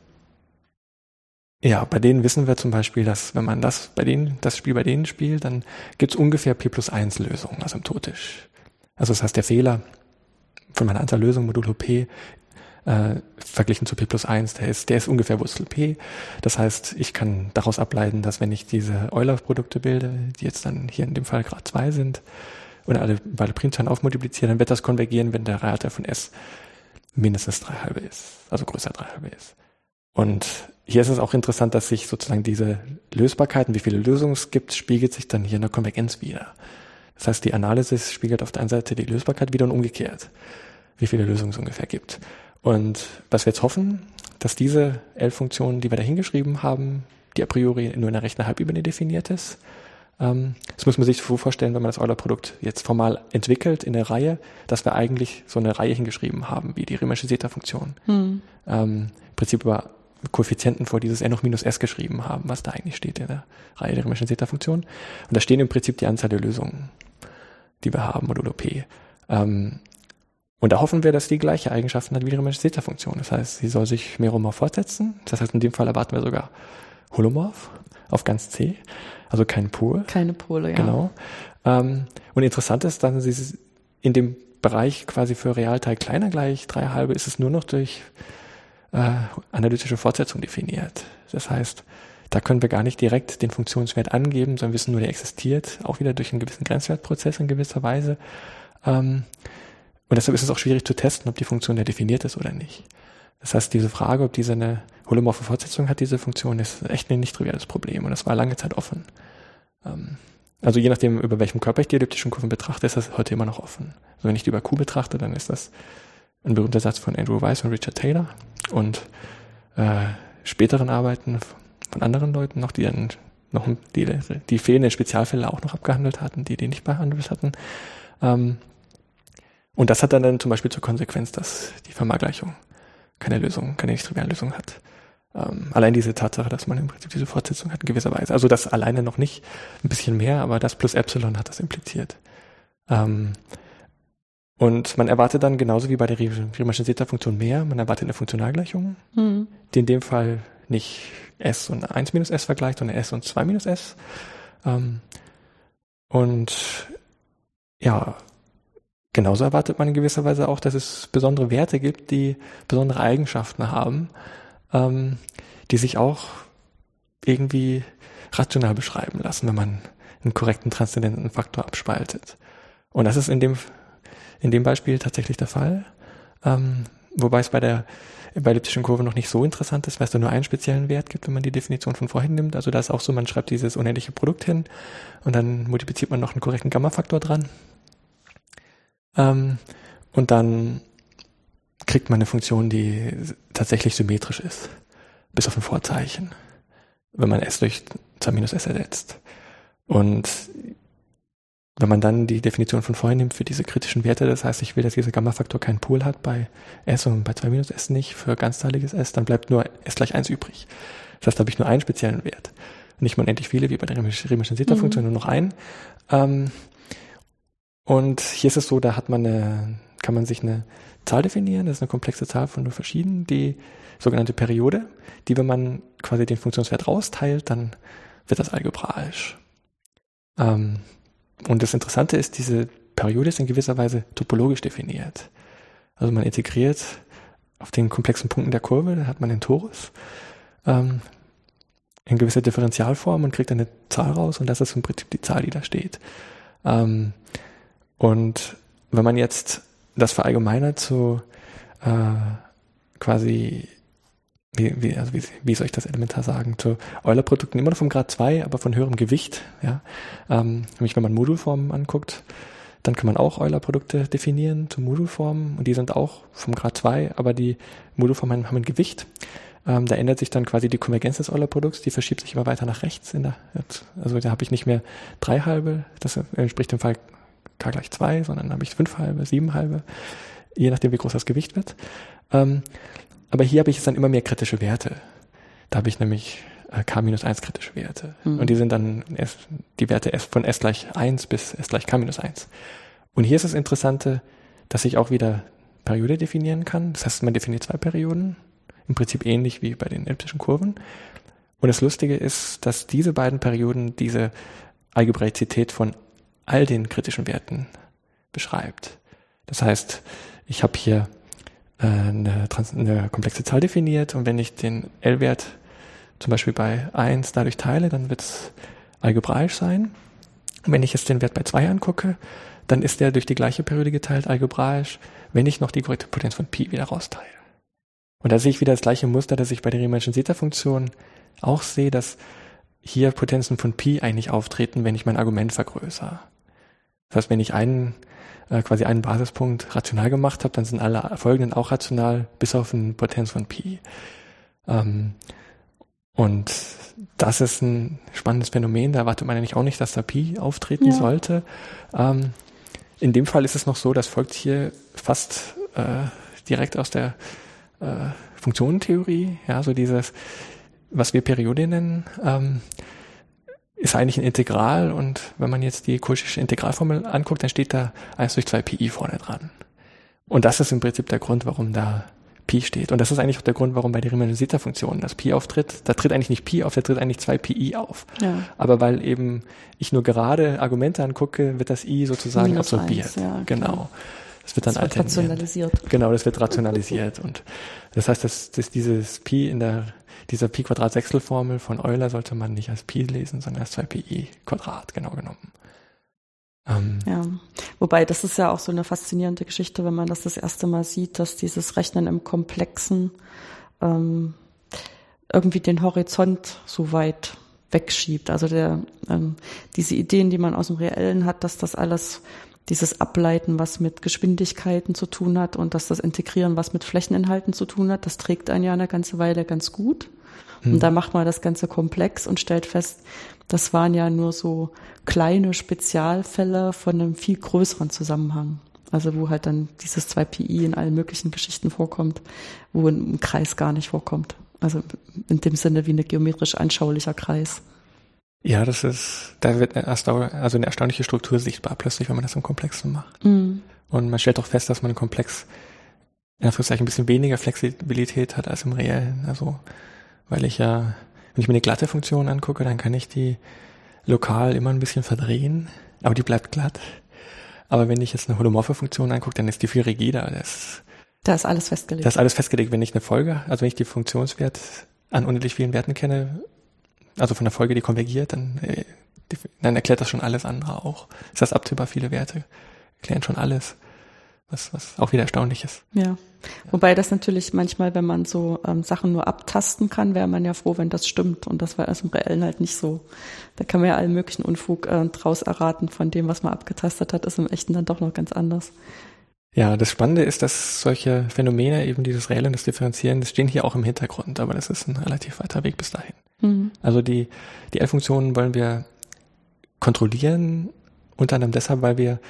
ja, bei denen wissen wir zum Beispiel, dass wenn man das Spiel bei denen spielt, dann gibt es ungefähr P+1 Lösungen asymptotisch. Also das heißt, der Fehler von meiner Anzahl Lösungen modulo P verglichen zu P+1, der ist ungefähr Wurzel P. Das heißt, ich kann daraus ableiten, dass wenn ich diese Euler-Produkte bilde, die jetzt dann hier in dem Fall Grad 2 sind, und alle Primzahlen aufmultipliziere, dann wird das konvergieren, wenn der Realteil von S mindestens 3/2 ist, also größer 3/2 ist. Und hier ist es auch interessant, dass sich sozusagen diese Lösbarkeiten, wie viele Lösungen es gibt, spiegelt sich dann hier in der Konvergenz wieder. Das heißt, die Analysis spiegelt auf der einen Seite die Lösbarkeit wieder und umgekehrt, wie viele Lösungen es ungefähr gibt. Und was wir jetzt hoffen, dass diese L-Funktion, die wir da hingeschrieben haben, die a priori nur in der rechten Halbebene definiert ist. Das muss man sich so vorstellen, wenn man das Euler-Produkt jetzt formal entwickelt in der Reihe, dass wir eigentlich so eine Reihe hingeschrieben haben, wie die Riemannsche Zeta-Funktion. Im Prinzip über Koeffizienten vor dieses n hoch minus s geschrieben haben, was da eigentlich steht in der Reihe der Riemanschen Zeta-Funktion. Und da stehen im Prinzip die Anzahl der Lösungen, die wir haben, modulo P. Und da hoffen wir, dass die gleiche Eigenschaften hat wie die Riemannsche Zeta-Funktion. Das heißt, sie soll sich meromorph fortsetzen. Das heißt, in dem Fall erwarten wir sogar holomorph auf ganz C, also kein Pol. Keine Pole, ja. Genau. Und interessant ist dann, in dem Bereich quasi für Realteil kleiner gleich 3/2 ist es nur noch durch analytische Fortsetzung definiert. Das heißt, da können wir gar nicht direkt den Funktionswert angeben, sondern wissen nur, der existiert, auch wieder durch einen gewissen Grenzwertprozess in gewisser Weise. Und deshalb ist es auch schwierig zu testen, ob die Funktion ja definiert ist oder nicht. Das heißt, diese Frage, ob diese eine holomorphe Fortsetzung hat, diese Funktion, ist echt ein nicht triviales Problem. Und das war lange Zeit offen. Also je nachdem, über welchem Körper ich die elliptischen Kurven betrachte, ist das heute immer noch offen. Also wenn ich die über Q betrachte, dann ist das ein berühmter Satz von Andrew Weiss und Richard Taylor und späteren Arbeiten von anderen Leuten noch, die dann noch die fehlenden Spezialfälle auch noch abgehandelt hatten, die nicht behandelt hatten. Und das hat dann zum Beispiel zur Konsequenz, dass die Fermat-Gleichung keine nicht-triviale Lösung hat. Allein diese Tatsache, dass man im Prinzip diese Fortsetzung hat in gewisser Weise. Also das alleine noch nicht, ein bisschen mehr, aber das plus Epsilon hat das impliziert. Und man erwartet dann genauso wie bei der Riemannschen Zeta-Funktion mehr. Man erwartet eine Funktionalgleichung, die in dem Fall nicht S und 1 minus S vergleicht, sondern S und 2 minus S. Und ja, genauso erwartet man in gewisser Weise auch, dass es besondere Werte gibt, die besondere Eigenschaften haben, die sich auch irgendwie rational beschreiben lassen, wenn man einen korrekten transzendenten Faktor abspaltet. Und das ist in dem Beispiel tatsächlich der Fall, wobei es bei elliptischen Kurven noch nicht so interessant ist, weil es da nur einen speziellen Wert gibt, wenn man die Definition von vorhin nimmt. Also da ist auch so, man schreibt dieses unendliche Produkt hin und dann multipliziert man noch einen korrekten Gamma-Faktor dran. Und dann kriegt man eine Funktion, die tatsächlich symmetrisch ist, bis auf ein Vorzeichen, wenn man S durch 2 minus S ersetzt. Und wenn man dann die Definition von vorhin nimmt für diese kritischen Werte, das heißt, ich will, dass dieser Gamma-Faktor keinen Pol hat bei S und bei 2 minus S nicht, für ganzteiliges S, dann bleibt nur S gleich 1 übrig. Das heißt, da habe ich nur einen speziellen Wert. Nicht mal unendlich viele, wie bei der Riemannschen Zeta-Funktion, nur noch einen. Und hier ist es so, da kann man sich eine Zahl definieren, das ist eine komplexe Zahl von nur verschiedenen, die sogenannte Periode, die, wenn man quasi den Funktionswert rausteilt, dann wird das algebraisch. Und das Interessante ist, diese Periode ist in gewisser Weise topologisch definiert. Also man integriert auf den komplexen Punkten der Kurve, da hat man den Torus, in gewisser Differentialform und kriegt dann eine Zahl raus und das ist im Prinzip die Zahl, die da steht. Und wenn man jetzt das verallgemeinert zu quasi, wie soll ich das elementar sagen, zu Euler-Produkten immer noch vom Grad 2, aber von höherem Gewicht. Ja? Nämlich wenn man Modulformen anguckt, dann kann man auch Euler-Produkte definieren zu Modulformen und die sind auch vom Grad 2, aber die Modulformen haben ein Gewicht. Da ändert sich dann quasi die Konvergenz des Euler-Produkts, die verschiebt sich immer weiter nach rechts. Also da habe ich nicht mehr 3/2, das entspricht dem Fall k gleich 2, sondern dann habe ich 5/2, 7/2, je nachdem wie groß das Gewicht wird. Aber hier habe ich jetzt dann immer mehr kritische Werte. Da habe ich nämlich k-1 kritische Werte. Und die sind dann die Werte von s gleich 1 bis s gleich k-1. Und hier ist das Interessante, dass ich auch wieder Periode definieren kann. Das heißt, man definiert 2 Perioden. Im Prinzip ähnlich wie bei den elliptischen Kurven. Und das Lustige ist, dass diese beiden Perioden diese Algebraizität von all den kritischen Werten beschreibt. Das heißt, ich habe hier eine komplexe Zahl definiert und wenn ich den L-Wert zum Beispiel bei 1 dadurch teile, dann wird es algebraisch sein. Und wenn ich jetzt den Wert bei 2 angucke, dann ist der durch die gleiche Periode geteilt algebraisch, wenn ich noch die korrekte Potenz von Pi wieder rausteile. Und da sehe ich wieder das gleiche Muster, das ich bei der Riemannschen Zeta-Funktion auch sehe, dass hier Potenzen von Pi eigentlich auftreten, wenn ich mein Argument vergrößere. Das heißt, wenn ich quasi einen Basispunkt rational gemacht habe, dann sind alle folgenden auch rational, bis auf eine Potenz von Pi. Und das ist ein spannendes Phänomen, da erwartet man eigentlich auch nicht, dass da Pi auftreten sollte. In dem Fall ist es noch so, das folgt hier fast direkt aus der Funktionentheorie, ja, so dieses, was wir Periode nennen, ist eigentlich ein Integral und wenn man jetzt die cauchy'sche Integralformel anguckt, dann steht da 1 durch 2 Pi vorne dran. Und das ist im Prinzip der Grund, warum da Pi steht. Und das ist eigentlich auch der Grund, warum bei der Riemannschen Zeta-Funktion das Pi auftritt. Da tritt eigentlich nicht Pi auf, da tritt eigentlich 2 Pi auf. Ja. Aber weil eben ich nur gerade Argumente angucke, wird das I sozusagen Minus absorbiert. 1, ja, genau. Das wird dann das wird rationalisiert. Genau, das wird rationalisiert. Und das heißt, dass dieses Pi dieser Pi-Quadrat-Sechstelformel von Euler sollte man nicht als Pi lesen, sondern als 2Pi Quadrat, genau genommen. Ja, wobei das ist ja auch so eine faszinierende Geschichte, wenn man das erste Mal sieht, dass dieses Rechnen im Komplexen irgendwie den Horizont so weit wegschiebt. Also diese Ideen, die man aus dem Reellen hat, dass das alles, dieses Ableiten, was mit Geschwindigkeiten zu tun hat und dass das Integrieren, was mit Flächeninhalten zu tun hat, das trägt einen ja eine ganze Weile ganz gut. Und da macht man das Ganze komplex und stellt fest, das waren ja nur so kleine Spezialfälle von einem viel größeren Zusammenhang. Also wo halt dann dieses 2Pi in allen möglichen Geschichten vorkommt, wo ein Kreis gar nicht vorkommt. Also in dem Sinne wie ein geometrisch anschaulicher Kreis. Ja, da wird eine erstaunliche Struktur sichtbar plötzlich, wenn man das im Komplexen macht. Und man stellt auch fest, dass man im Komplex in Anführungszeichen ein bisschen weniger Flexibilität hat als im Reellen. Also weil wenn ich mir eine glatte Funktion angucke, dann kann ich die lokal immer ein bisschen verdrehen, aber die bleibt glatt. Aber wenn ich jetzt eine holomorphe Funktion angucke, dann ist die viel rigider. Da ist alles festgelegt. Da ist alles festgelegt. Wenn ich eine Folge, also wenn ich die Funktionswert an unendlich vielen Werten kenne, also von der Folge, die konvergiert, dann erklärt das schon alles andere auch. Das heißt, abzählbar viele Werte erklären schon alles, was auch wieder erstaunlich ist. Ja, wobei das natürlich manchmal, wenn man so Sachen nur abtasten kann, wäre man ja froh, wenn das stimmt. Und das war erst im Reellen halt nicht so. Da kann man ja allen möglichen Unfug draus erraten von dem, was man abgetastet hat, ist im Echten dann doch noch ganz anders. Ja, das Spannende ist, dass solche Phänomene, eben dieses Reelle und das Differenzieren, das stehen hier auch im Hintergrund, aber das ist ein relativ weiter Weg bis dahin. Also die L-Funktionen wollen wir kontrollieren, unter anderem deshalb, weil wir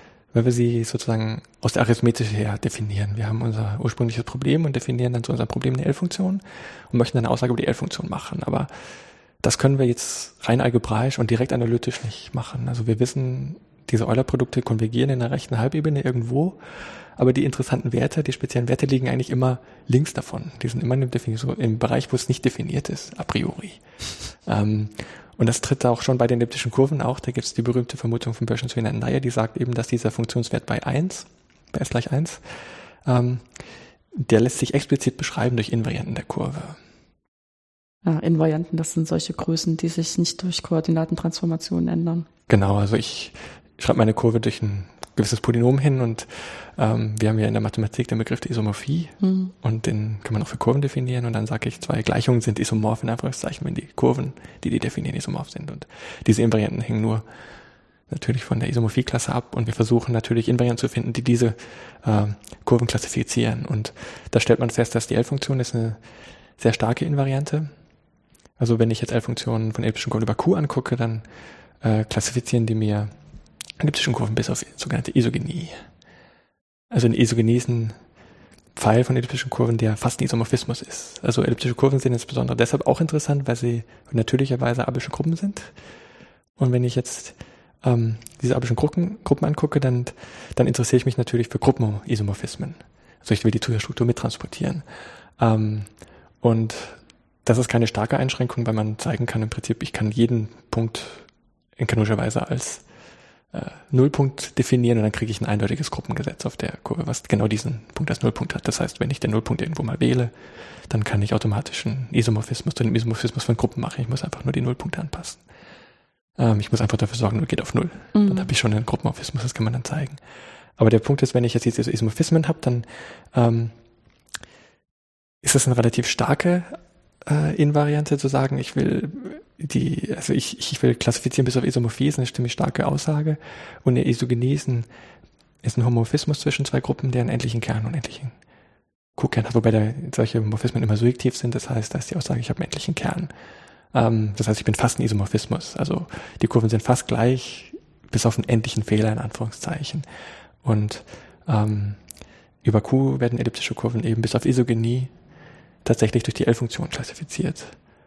sie sozusagen aus der Arithmetik her definieren. Wir haben unser ursprüngliches Problem und definieren dann zu unserem Problem eine L-Funktion und möchten dann eine Aussage über die L-Funktion machen. Aber das können wir jetzt rein algebraisch und direkt analytisch nicht machen. Also wir wissen, diese Euler-Produkte konvergieren in der rechten Halbebene irgendwo, aber die interessanten Werte, die speziellen Werte liegen eigentlich immer links davon. Die sind immer im Bereich, wo es nicht definiert ist, a priori. Und das tritt auch schon bei den elliptischen Kurven auch. Da gibt es die berühmte Vermutung von Böschenswiener Nair, die sagt eben, dass dieser Funktionswert bei s gleich 1, der lässt sich explizit beschreiben durch Invarianten der Kurve. Ja, Invarianten, das sind solche Größen, die sich nicht durch Koordinatentransformationen ändern. Genau, also ich schreibe meine Kurve durch ein gewisses Polynom hin und wir haben ja in der Mathematik den Begriff der Isomorphie und den kann man auch für Kurven definieren und dann sage ich, 2 Gleichungen sind isomorph in Anführungszeichen, wenn die Kurven, die definieren, isomorph sind und diese Invarianten hängen nur natürlich von der Isomorphie-Klasse ab und wir versuchen natürlich Invarianten zu finden, die diese Kurven klassifizieren und da stellt man fest, dass die L-Funktion ist eine sehr starke Invariante. Also wenn ich jetzt L-Funktionen von elliptischen Kurven über Q angucke, dann klassifizieren die mir elliptischen Kurven bis auf sogenannte Isogenie. Also eine Isogenie ist ein Pfeil von elliptischen Kurven, der fast ein Isomorphismus ist. Also elliptische Kurven sind insbesondere deshalb auch interessant, weil sie natürlicherweise abelsche Gruppen sind. Und wenn ich jetzt diese abelschen Gruppen angucke, dann interessiere ich mich natürlich für Gruppenisomorphismen. Also ich will die Struktur mittransportieren. Und das ist keine starke Einschränkung, weil man zeigen kann im Prinzip, ich kann jeden Punkt in kanonischer Weise als Nullpunkt definieren und dann kriege ich ein eindeutiges Gruppengesetz auf der Kurve, was genau diesen Punkt als Nullpunkt hat. Das heißt, wenn ich den Nullpunkt irgendwo mal wähle, dann kann ich automatisch einen Isomorphismus zu einem Isomorphismus von Gruppen machen. Ich muss einfach nur die Nullpunkte anpassen. Ich muss einfach dafür sorgen, 0 geht auf 0. Dann habe ich schon einen Gruppenmorphismus, das kann man dann zeigen. Aber der Punkt ist, wenn ich jetzt diese Isomorphismen habe, dann ist das eine relativ starke Invariante zu sagen, ich will klassifizieren bis auf Isomorphie, ist eine ziemlich starke Aussage. Und eine Isogenese ist ein Homomorphismus zwischen zwei Gruppen, der einen endlichen Kern und endlichen Q-Kern hat, wobei solche Morphismen immer surjektiv sind. Das heißt, da ist die Aussage, ich habe einen endlichen Kern. Das heißt, ich bin fast ein Isomorphismus. Also die Kurven sind fast gleich, bis auf einen endlichen Fehler in Anführungszeichen. Und über Q werden elliptische Kurven eben bis auf Isogenie tatsächlich durch die L-Funktion klassifiziert.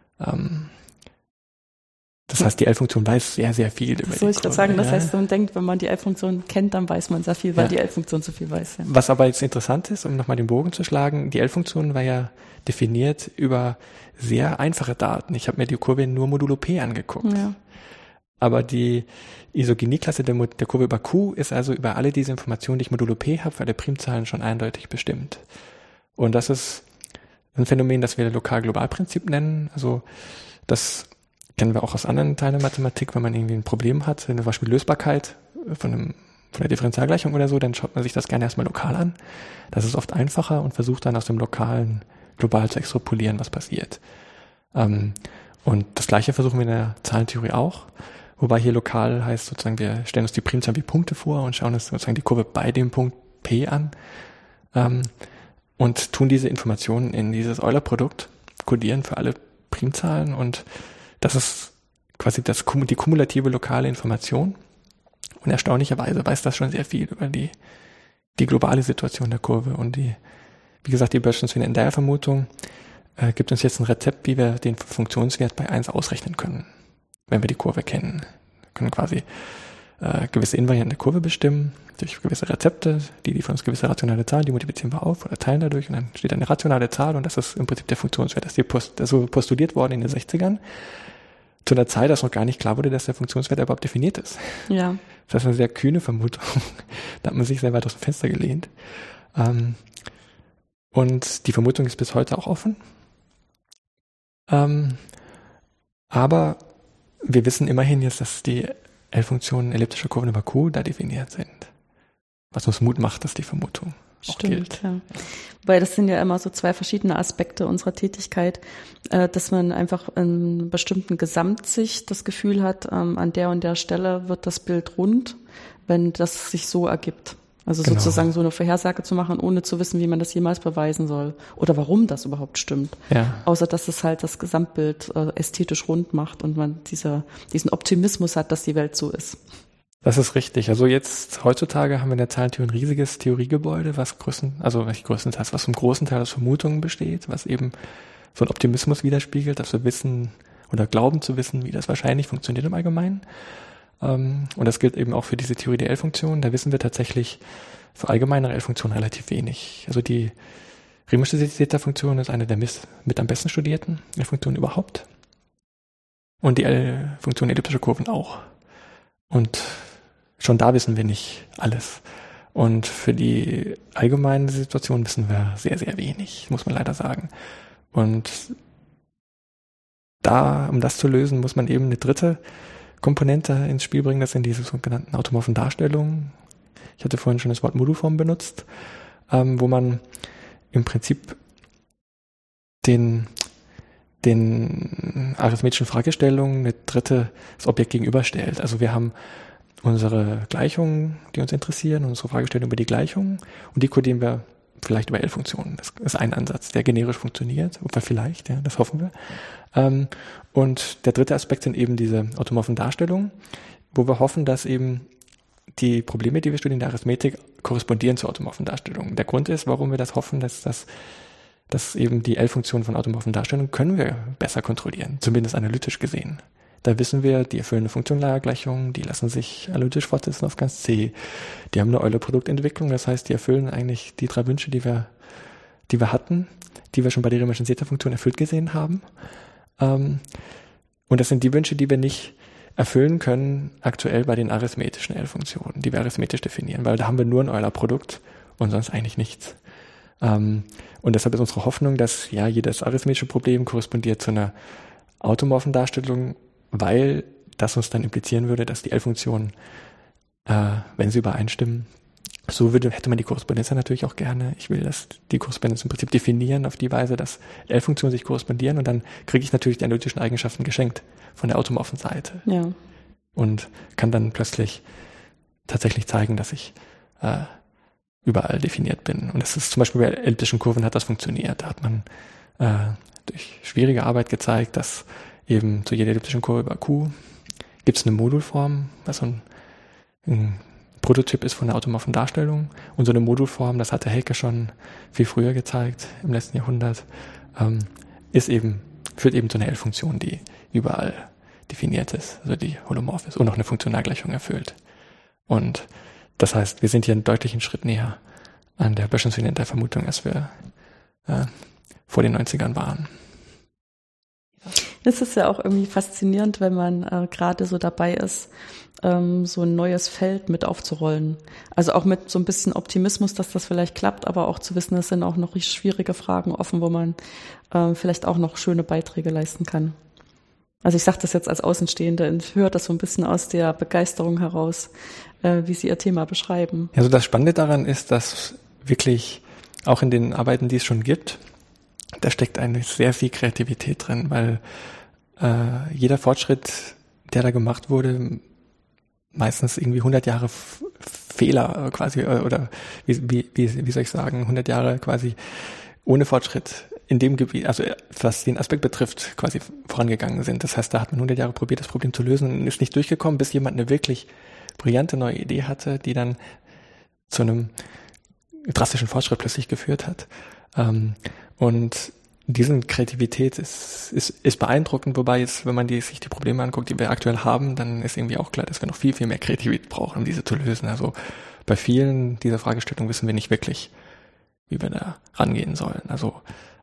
Das heißt, die L-Funktion weiß sehr, sehr viel über die Kurve. Das soll ich gerade sagen, das heißt, man denkt, wenn man die L-Funktion kennt, dann weiß man sehr viel, weil die L-Funktion so viel weiß. Ja. Was aber jetzt interessant ist, um nochmal den Bogen zu schlagen, die L-Funktion war ja definiert über sehr einfache Daten. Ich habe mir die Kurve nur modulo P angeguckt. Ja. Aber die Isogenieklasse der Kurve über Q ist also über alle diese Informationen, die ich modulo P habe, für alle Primzahlen schon eindeutig bestimmt. Und das ist ein Phänomen, das wir Lokal-Global-Prinzip nennen. Also das kennen wir auch aus anderen Teilen der Mathematik, wenn man irgendwie ein Problem hat, zum Beispiel Lösbarkeit von der Differentialgleichung oder so, dann schaut man sich das gerne erstmal lokal an. Das ist oft einfacher und versucht dann aus dem Lokalen global zu extrapolieren, was passiert. Und das Gleiche versuchen wir in der Zahlentheorie auch, wobei hier lokal heißt sozusagen, wir stellen uns die Primzahlen wie Punkte vor und schauen uns sozusagen die Kurve bei dem Punkt P an und tun diese Informationen in dieses Euler-Produkt, kodieren für alle Primzahlen und das ist quasi die kumulative lokale Information. Und erstaunlicherweise weiß das schon sehr viel über die globale Situation der Kurve. Und wie gesagt, die Böschens-Endayer-Vermutung gibt uns jetzt ein Rezept, wie wir den Funktionswert bei 1 ausrechnen können, wenn wir die Kurve kennen. Wir können quasi gewisse Invarianten der Kurve bestimmen, durch gewisse Rezepte, die liefern uns gewisse rationale Zahlen, die multiplizieren wir auf oder teilen dadurch und dann steht eine rationale Zahl und das ist im Prinzip der Funktionswert. Das ist so postuliert worden in den 60ern. Zu einer Zeit, dass noch gar nicht klar wurde, dass der Funktionswert überhaupt definiert ist. Ja. Das ist eine sehr kühne Vermutung. Da hat man sich sehr weit aus dem Fenster gelehnt. Und die Vermutung ist bis heute auch offen. Aber wir wissen immerhin jetzt, dass die L-Funktionen elliptischer Kurven über Q da definiert sind. Was uns Mut macht, dass die Vermutung auch gilt. Ja. Weil das sind ja immer so zwei verschiedene Aspekte unserer Tätigkeit, dass man einfach in einer bestimmten Gesamtsicht das Gefühl hat, an der und der Stelle wird das Bild rund, wenn das sich so ergibt. Also sozusagen so eine Vorhersage zu machen, ohne zu wissen, wie man das jemals beweisen soll oder warum das überhaupt stimmt. Ja. Außer dass es halt das Gesamtbild ästhetisch rund macht und man diesen Optimismus hat, dass die Welt so ist. Das ist richtig. Also jetzt, heutzutage haben wir in der Zahlentheorie ein riesiges Theoriegebäude, was zum großen Teil aus Vermutungen besteht, was eben so einen Optimismus widerspiegelt, dass wir wissen oder glauben zu wissen, wie das wahrscheinlich funktioniert im Allgemeinen. Und das gilt eben auch für diese Theorie der L-Funktion. Da wissen wir tatsächlich für allgemeinere L-Funktionen relativ wenig. Also die Riemannsche Zeta-Funktion ist eine der mit am besten studierten L-Funktionen überhaupt. Und die L-Funktion elliptischer Kurven auch. Und schon da wissen wir nicht alles. Und für die allgemeine Situation wissen wir sehr, sehr wenig, muss man leider sagen. Und um das zu lösen, muss man eben eine dritte Komponente ins Spiel bringen. Das sind diese sogenannten automorphen Darstellungen. Ich hatte vorhin schon das Wort Modulform benutzt, wo man im Prinzip den arithmetischen Fragestellungen eine dritte das Objekt gegenüberstellt. Also wir haben unsere Gleichungen, die uns interessieren, unsere Fragestellung über die Gleichungen und die kodieren wir vielleicht über L-Funktionen. Das ist ein Ansatz, der generisch funktioniert, oder vielleicht, ja, das hoffen wir. Und der dritte Aspekt sind eben diese automorphen Darstellungen, wo wir hoffen, dass eben die Probleme, die wir studieren in der Arithmetik, korrespondieren zu automorphen Darstellungen. Der Grund ist, warum wir das hoffen, dass eben die L-Funktionen von automorphen Darstellungen können wir besser kontrollieren, zumindest analytisch gesehen. Da wissen wir, die erfüllen eine Funktionenlagergleichung, die lassen sich analytisch fortsetzen auf ganz C. Die haben eine Euler-Produktentwicklung, das heißt, die erfüllen eigentlich die 3 Wünsche, die wir hatten, die wir schon bei der Riemannschen Zeta-Funktion erfüllt gesehen haben. Und das sind die Wünsche, die wir nicht erfüllen können aktuell bei den arithmetischen L-Funktionen, die wir arithmetisch definieren, weil da haben wir nur ein Euler-Produkt und sonst eigentlich nichts. Und deshalb ist unsere Hoffnung, dass ja jedes arithmetische Problem korrespondiert zu einer automorphen Darstellung, weil das uns dann implizieren würde, dass die L-Funktionen, wenn sie übereinstimmen, hätte man die Korrespondenz ja natürlich auch gerne. Ich will die Korrespondenz im Prinzip definieren auf die Weise, dass L-Funktionen sich korrespondieren und dann kriege ich natürlich die analytischen Eigenschaften geschenkt von der automorphen Seite. Ja. Und kann dann plötzlich tatsächlich zeigen, dass ich überall definiert bin. Und das ist zum Beispiel bei elliptischen Kurven hat das funktioniert. Da hat man durch schwierige Arbeit gezeigt, dass eben zu jeder elliptischen Kurve über Q gibt es eine Modulform, was so ein Prototyp ist von der automorphen Darstellung. Und so eine Modulform, das hatte Helke schon viel früher gezeigt, im letzten Jahrhundert, führt eben zu einer L-Funktion, die überall definiert ist, also die holomorph ist und noch eine Funktionalgleichung erfüllt. Und das heißt, wir sind hier einen deutlichen Schritt näher an der Bösch-Vermutung, als wir vor den 90ern waren. Das ist ja auch irgendwie faszinierend, wenn man gerade so dabei ist, so ein neues Feld mit aufzurollen. Also auch mit so ein bisschen Optimismus, dass das vielleicht klappt, aber auch zu wissen, es sind auch noch richtig schwierige Fragen offen, wo man vielleicht auch noch schöne Beiträge leisten kann. Also ich sage das jetzt als Außenstehende und höre das so ein bisschen aus der Begeisterung heraus, wie Sie Ihr Thema beschreiben. Also das Spannende daran ist, dass wirklich auch in den Arbeiten, die es schon gibt, da steckt eine sehr viel Kreativität drin, weil jeder Fortschritt, der da gemacht wurde, meistens irgendwie 100 Jahre Fehler quasi, oder wie soll ich sagen, 100 Jahre quasi ohne Fortschritt in dem Gebiet, also was den Aspekt betrifft, quasi vorangegangen sind. Das heißt, da hat man 100 Jahre probiert, das Problem zu lösen und ist nicht durchgekommen, bis jemand eine wirklich brillante neue Idee hatte, die dann zu einem drastischen Fortschritt plötzlich geführt hat. Und diese Kreativität ist beeindruckend, wobei jetzt, wenn man sich die Probleme anguckt, die wir aktuell haben, dann ist irgendwie auch klar, dass wir noch viel, viel mehr Kreativität brauchen, um diese zu lösen. Also bei vielen dieser Fragestellungen wissen wir nicht wirklich, wie wir da rangehen sollen. Also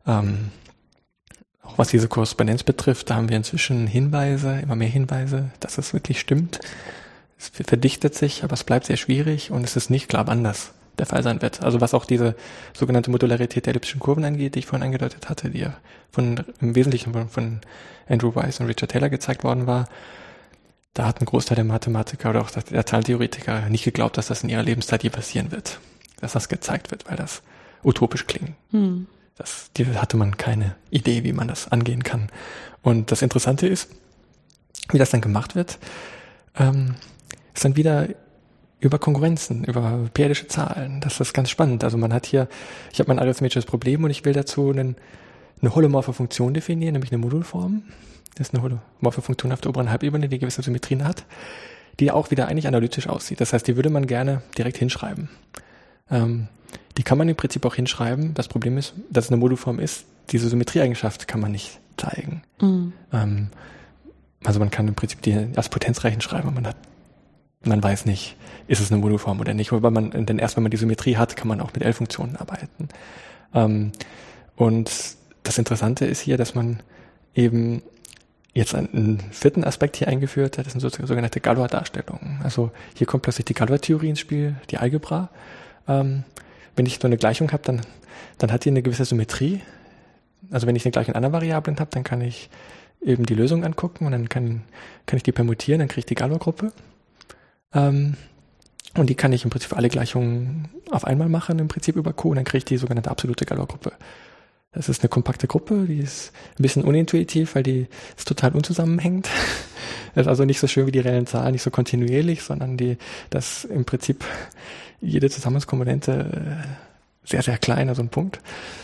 auch was diese Korrespondenz betrifft, da haben wir inzwischen immer mehr Hinweise, dass es wirklich stimmt. Es verdichtet sich, aber es bleibt sehr schwierig und es ist nicht klar, wann das der Fall sein wird. Also was auch diese sogenannte Modularität der elliptischen Kurven angeht, die ich vorhin angedeutet hatte, die ja im Wesentlichen von Andrew Weiss und Richard Taylor gezeigt worden war, da hat ein Großteil der Mathematiker oder auch der Zahlentheoretiker nicht geglaubt, dass das in ihrer Lebenszeit je passieren wird. Dass das gezeigt wird, weil das utopisch klingt. Die hatte man keine Idee, wie man das angehen kann. Und das Interessante ist, wie das dann gemacht wird, ist dann wieder über Konkurrenzen, über periodische Zahlen. Das ist ganz spannend. Also man hat hier, ich habe mein arithmetisches Problem und ich will dazu eine holomorphe Funktion definieren, nämlich eine Modulform. Das ist eine holomorphe Funktion auf der oberen Halbebene, die gewisse Symmetrien hat, die auch wieder eigentlich analytisch aussieht. Das heißt, die würde man gerne direkt hinschreiben. Die kann man im Prinzip auch hinschreiben. Das Problem ist, dass es eine Modulform ist. Diese Symmetrieeigenschaft kann man nicht zeigen. Also man kann im Prinzip die als Potenzreichen schreiben, aber man weiß nicht, ist es eine Modulform oder nicht. Denn erst wenn man die Symmetrie hat, kann man auch mit L-Funktionen arbeiten. Und das Interessante ist hier, dass man eben jetzt einen vierten Aspekt hier eingeführt hat, das sind sogenannte Galois-Darstellungen. Also hier kommt plötzlich die Galois-Theorie ins Spiel, die Algebra. Wenn ich so eine Gleichung habe, dann hat die eine gewisse Symmetrie. Also wenn ich eine Gleichung in anderen Variablen habe, dann kann ich eben die Lösung angucken und dann kann ich die permutieren, dann kriege ich die Galois-Gruppe. Und die kann ich im Prinzip für alle Gleichungen auf einmal machen, im Prinzip über Q, und dann kriege ich die sogenannte absolute Galois-Gruppe. Das ist eine kompakte Gruppe, die ist ein bisschen unintuitiv, weil die ist total unzusammenhängend. Das ist also nicht so schön wie die reellen Zahlen, nicht so kontinuierlich, sondern das im Prinzip jede Zusammenskomponente sehr, sehr klein, also ein Punkt.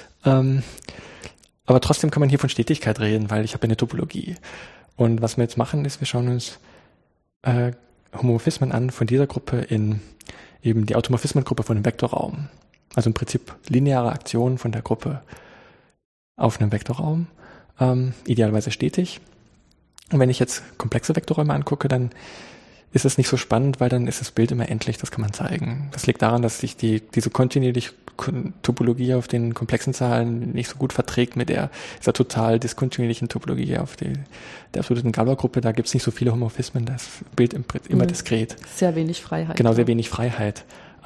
Aber trotzdem kann man hier von Stetigkeit reden, weil ich habe eine Topologie. Und was wir jetzt machen ist, wir schauen uns Homomorphismen an von dieser Gruppe in eben die Automorphismengruppe von dem Vektorraum. Also im Prinzip lineare Aktionen von der Gruppe auf einem Vektorraum, idealerweise stetig. Und wenn ich jetzt komplexe Vektorräume angucke, dann ist es nicht so spannend, weil dann ist das Bild immer endlich, das kann man zeigen. Das liegt daran, dass sich diese kontinuierliche Topologie auf den komplexen Zahlen nicht so gut verträgt mit dieser total diskontinuierlichen Topologie auf der absoluten Galois-Gruppe. Da gibt es nicht so viele Homomorphismen, das Bild immer diskret. Sehr wenig Freiheit. Genau, sehr wenig Freiheit.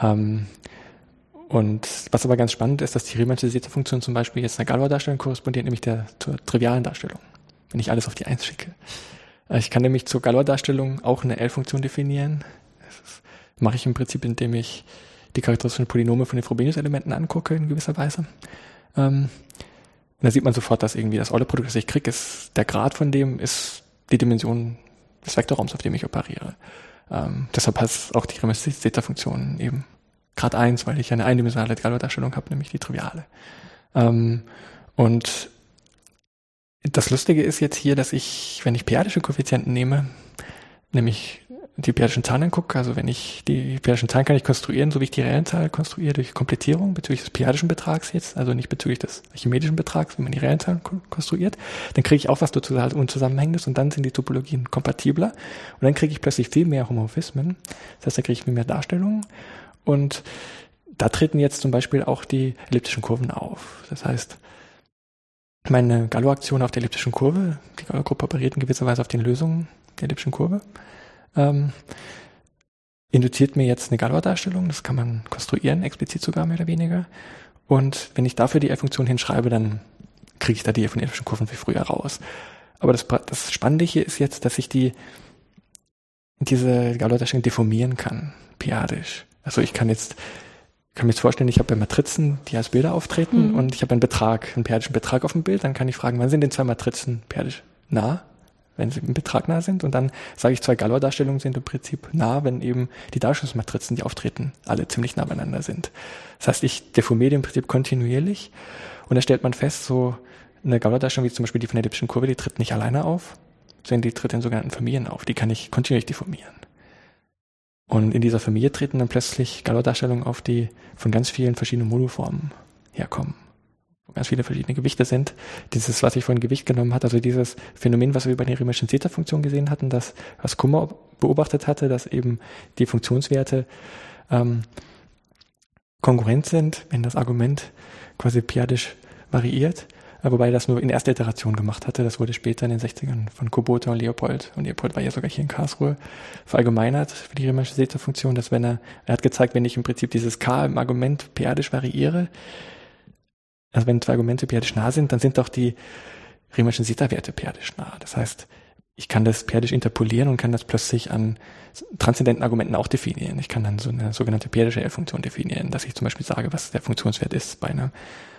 Und was aber ganz spannend ist, dass die Riemannsche Zeta-Funktion zum Beispiel jetzt einer Galois-Darstellung korrespondiert, nämlich zur trivialen Darstellung, wenn ich alles auf die 1 schicke. Ich kann nämlich zur Galois-Darstellung auch eine L-Funktion definieren. Das mache ich im Prinzip, indem ich die charakteristischen Polynome von den Frobenius-Elementen angucke, in gewisser Weise. Und da sieht man sofort, dass irgendwie das Euler-Produkt, das ich kriege, der Grad von dem ist die Dimension des Vektorraums, auf dem ich operiere. Deshalb heißt auch die Riemannsche Zeta-Funktion eben Grad 1, weil ich eine eindimensionale Galois-Darstellung habe, nämlich die triviale. Und das Lustige ist jetzt hier, dass wenn ich periodische Koeffizienten nehme, nämlich die periodischen Zahlen angucke, also wenn ich die periodischen Zahlen kann ich konstruieren, so wie ich die reellen Zahlen konstruiere, durch Komplettierung bezüglich des periodischen Betrags jetzt, also nicht bezüglich des archimedischen Betrags, wie man die reellen Zahlen konstruiert, dann kriege ich auch was total Unzusammenhängendes und dann sind die Topologien kompatibler und dann kriege ich plötzlich viel mehr Homomorphismen, das heißt, da kriege ich viel mehr Darstellungen und da treten jetzt zum Beispiel auch die elliptischen Kurven auf. Das heißt, meine Galois-Aktion auf der elliptischen Kurve, die Galois-Gruppe operiert in gewisser Weise auf den Lösungen der elliptischen Kurve, induziert mir jetzt eine Galois-Darstellung, das kann man konstruieren, explizit sogar mehr oder weniger. Und wenn ich dafür die L-Funktion hinschreibe, dann kriege ich da die von elliptischen Kurven wie früher raus. Aber das Spannende hier ist jetzt, dass ich diese Galois-Darstellung deformieren kann, periodisch. Also ich kann mir jetzt vorstellen, ich habe ja Matrizen, die als Bilder auftreten und ich habe einen periodischen Betrag auf dem Bild, dann kann ich fragen, wann sind denn zwei Matrizen periodisch nah, wenn sie im Betrag nah sind und dann sage ich, zwei Galois-Darstellungen sind im Prinzip nah, wenn eben die Darstellungsmatrizen, die auftreten, alle ziemlich nah beieinander sind. Das heißt, ich deformiere im Prinzip kontinuierlich und da stellt man fest, so eine Galois-Darstellung wie zum Beispiel die von der elliptischen Kurve, die tritt nicht alleine auf, sondern die tritt in sogenannten Familien auf, die kann ich kontinuierlich deformieren. Und in dieser Familie treten dann plötzlich Galois-Darstellungen auf, die von ganz vielen verschiedenen Modulformen herkommen, wo ganz viele verschiedene Gewichte sind. Dieses, was ich vorhin Gewicht genommen hatte, also dieses Phänomen, was wir bei der Riemannschen Zeta-Funktion gesehen hatten, das, was Kummer beobachtet hatte, dass eben die Funktionswerte kongruent sind, wenn das Argument quasi periodisch variiert. Wobei er das nur in erster Iteration gemacht hatte. Das wurde später in den 60ern von Kubota und Leopold. Und Leopold war ja sogar hier in Karlsruhe verallgemeinert für die Riemannsche Zeta-Funktion, dass er hat gezeigt, wenn ich im Prinzip dieses K im Argument periodisch variiere, also wenn zwei Argumente periodisch nah sind, dann sind auch die Riemannschen Zeta-Werte periodisch nah. Das heißt, ich kann das periodisch interpolieren und kann das plötzlich an transzendenten Argumenten auch definieren. Ich kann dann so eine sogenannte periodische L-Funktion definieren, dass ich zum Beispiel sage, was der Funktionswert ist bei einer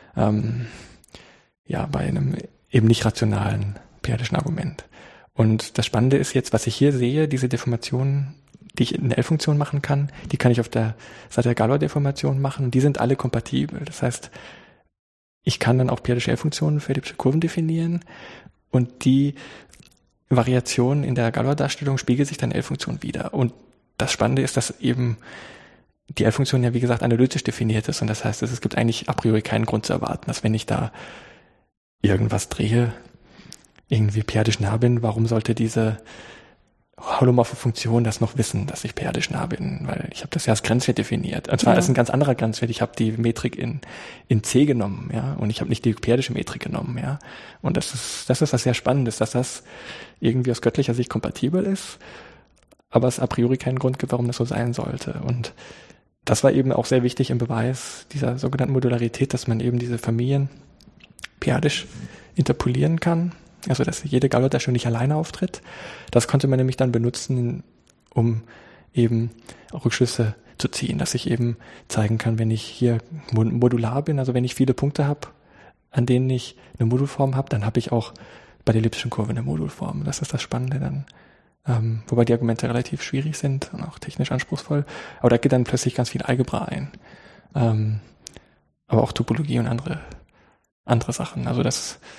bei einem eben nicht rationalen periodischen Argument. Und das Spannende ist jetzt, was ich hier sehe, diese Deformationen, die ich in der L-Funktion machen kann, die kann ich auf der Seite der Galois-Deformation machen und die sind alle kompatibel. Das heißt, ich kann dann auch periodische L-Funktionen für elliptische Kurven definieren und die Variation in der Galois-Darstellung spiegelt sich dann in L-Funktion wieder. Und das Spannende ist, dass eben die L-Funktion ja, wie gesagt, analytisch definiert ist und das heißt, es gibt eigentlich a priori keinen Grund zu erwarten, dass wenn ich da irgendwas drehe, irgendwie periodisch nah bin, warum sollte diese holomorphe Funktion das noch wissen, dass ich periodisch nah bin? Weil ich habe das ja als Grenzwert definiert. Und zwar als ein ganz anderer Grenzwert. Ich habe die Metrik in C genommen, ja, und ich habe nicht die periodische Metrik genommen, ja. Und das ist was sehr Spannendes, dass das irgendwie aus göttlicher Sicht kompatibel ist, aber es a priori keinen Grund gibt, warum das so sein sollte. Und das war eben auch sehr wichtig im Beweis dieser sogenannten Modularität, dass man eben diese Familien periodisch interpolieren kann, also dass jede Galois-Darstellung nicht alleine auftritt. Das konnte man nämlich dann benutzen, um eben auch Rückschlüsse zu ziehen, dass ich eben zeigen kann, wenn ich hier modular bin, also wenn ich viele Punkte habe, an denen ich eine Modulform habe, dann habe ich auch bei der elliptischen Kurve eine Modulform. Das ist das Spannende dann. Wobei die Argumente relativ schwierig sind und auch technisch anspruchsvoll. Aber da geht dann plötzlich ganz viel Algebra ein. Aber auch Topologie und andere Sachen. Also